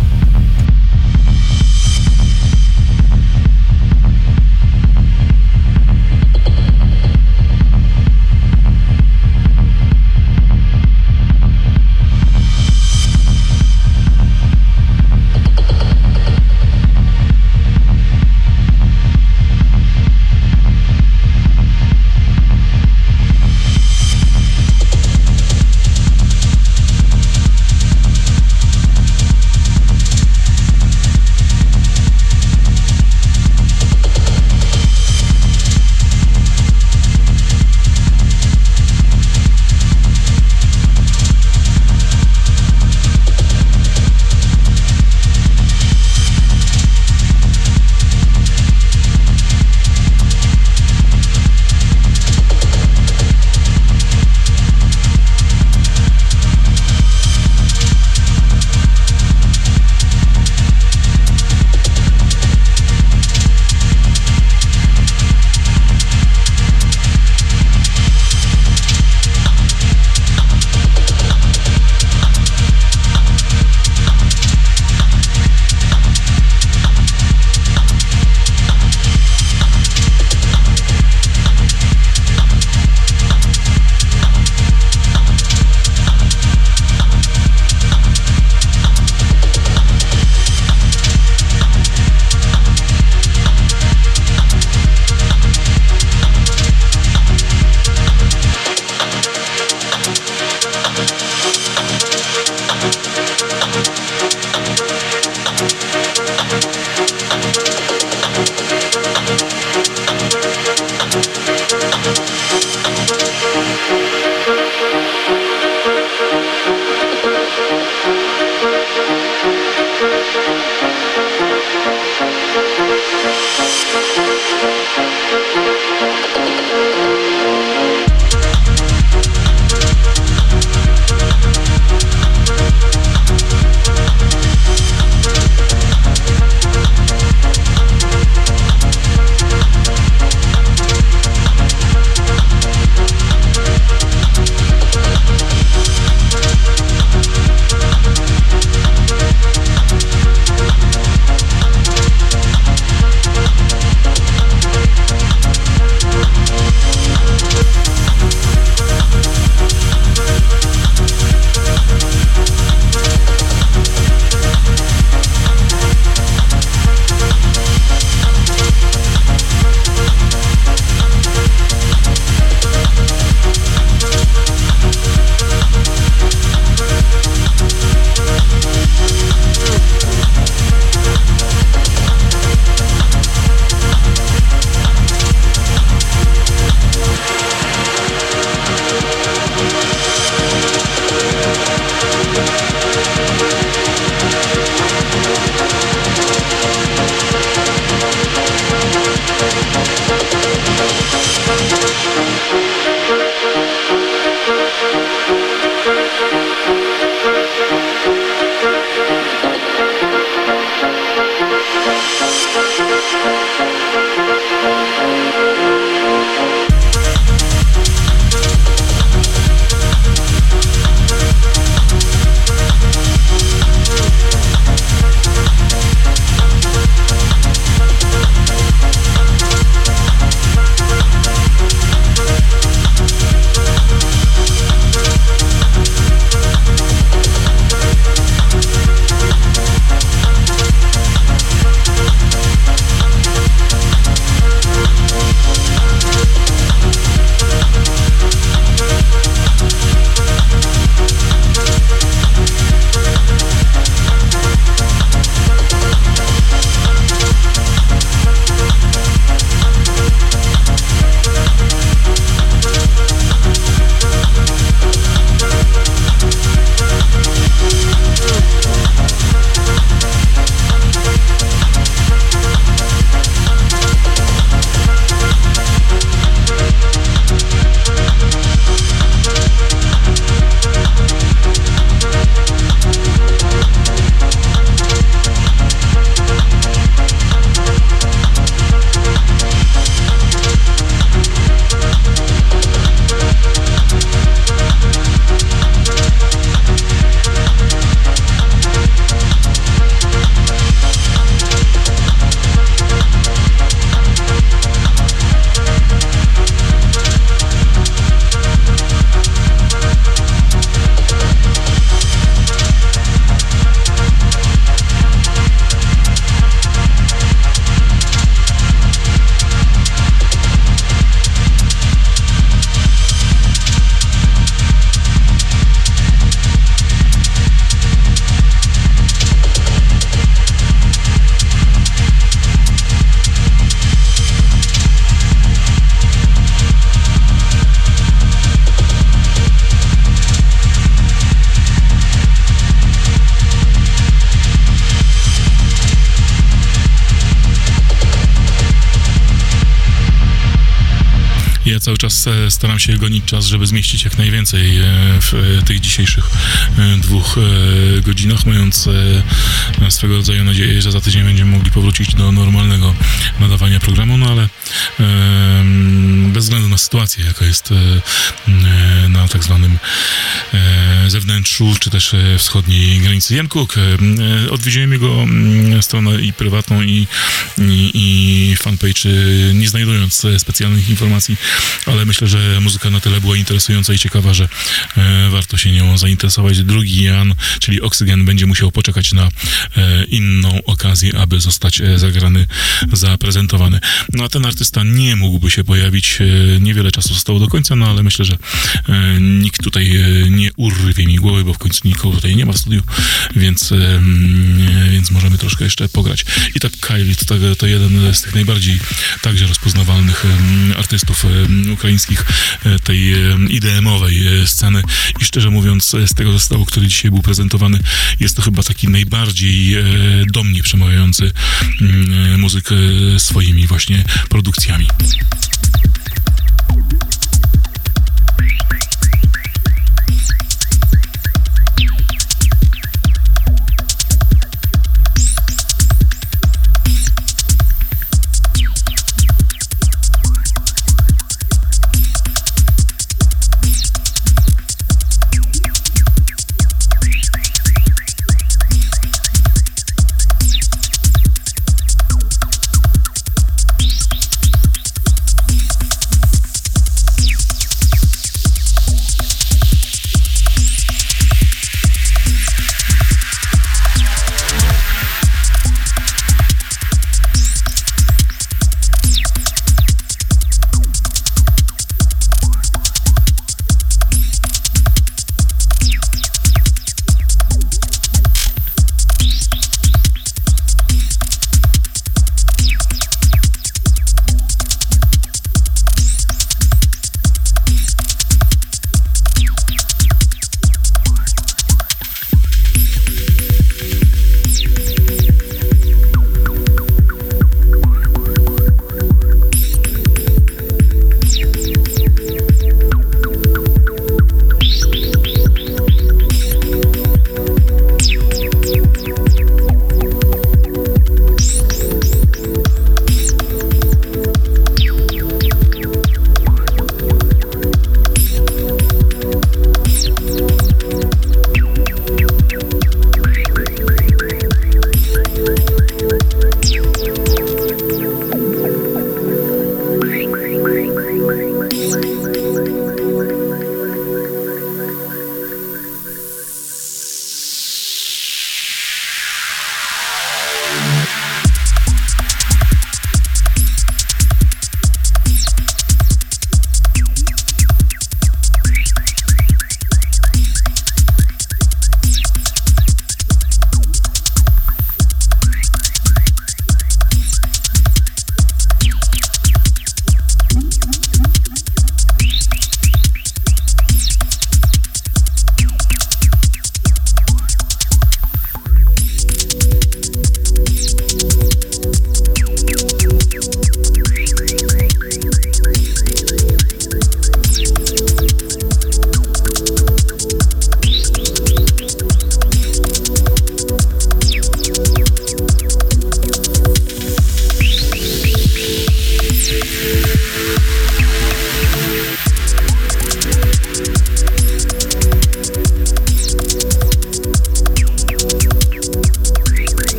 Ja cały czas staram się gonić czas, żeby zmieścić jak najwięcej w tych dzisiejszych 2 godzinach, mając swego rodzaju nadzieję, że za tydzień będziemy mogli powrócić do normalnego nadawania programu, no ale bez względu na sytuację, jaka jest na tak zwanym zewnętrzu, czy też wschodniej granicy. Jan Cook, odwiedziłem jego stronę i prywatną, i fanpage, nie znajdując specjalnych informacji, ale myślę, że muzyka na tyle była interesująca i ciekawa, że warto się nią zainteresować. Drugi Jan, czyli Oxygen, będzie musiał poczekać na inną okazję, aby zostać zagrany, zaprezentowany. No a ten artysta nie mógłby się pojawić, niewiele czasu zostało do końca, no ale myślę, że nikt tutaj nie urwie mi głowy, bo w końcu nikogo tutaj nie ma w studiu, więc możemy troszkę jeszcze pograć. I tak Kylie to jeden z tych najbardziej także rozpoznawalnych artystów ukraińskich tej IDM-owej sceny i szczerze mówiąc z tego zestawu, który dzisiaj był prezentowany, jest to chyba taki najbardziej do mnie przemawiający muzyk swoimi właśnie produkcjami.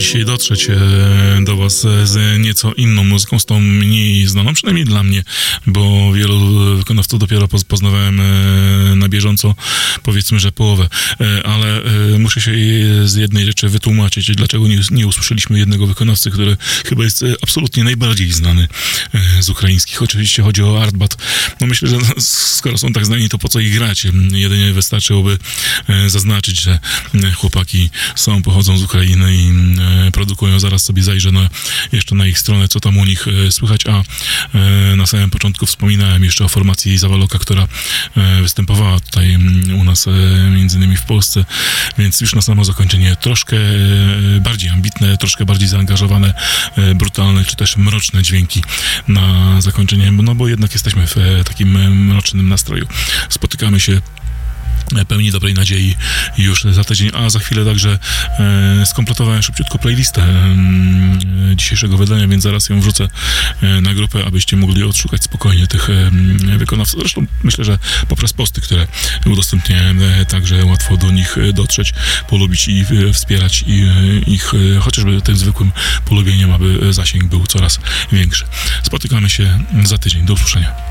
dzisiaj dotrzeć do was z nieco inną muzyką, z tą mniej znaną, przynajmniej dla mnie, bo wielu wykonawców dopiero poznawałem na bieżąco, powiedzmy, że połowę, ale muszę się z jednej rzeczy wytłumaczyć, dlaczego nie usłyszeliśmy jednego wykonawcy, który chyba jest absolutnie najbardziej znany z ukraińskich. Oczywiście chodzi o Artbat. No myślę, że skoro są tak znani, to po co ich grać? Jedynie wystarczyłoby zaznaczyć, że chłopaki pochodzą z Ukrainy i produkują. Zaraz sobie zajrzę jeszcze na ich stronę, co tam u nich słychać, a na samym początku wspominałem jeszcze o formacji Zawaloka, która występowała tutaj u nas, między innymi w Polsce, więc już na samo zakończenie troszkę bardziej ambitne, troszkę bardziej zaangażowane, brutalne, czy też mroczne dźwięki na zakończenie, no bo jednak jesteśmy w takim mrocznym nastroju. Spotykamy się pełni dobrej nadziei już za tydzień, a za chwilę także skompletowałem szybciutko playlistę dzisiejszego wydania, więc zaraz ją wrzucę na grupę, abyście mogli odszukać spokojnie tych wykonawców. Zresztą myślę, że poprzez posty, które udostępnię, także łatwo do nich dotrzeć, polubić i wspierać ich chociażby tym zwykłym polubieniem, aby zasięg był coraz większy. Spotykamy się za tydzień. Do usłyszenia.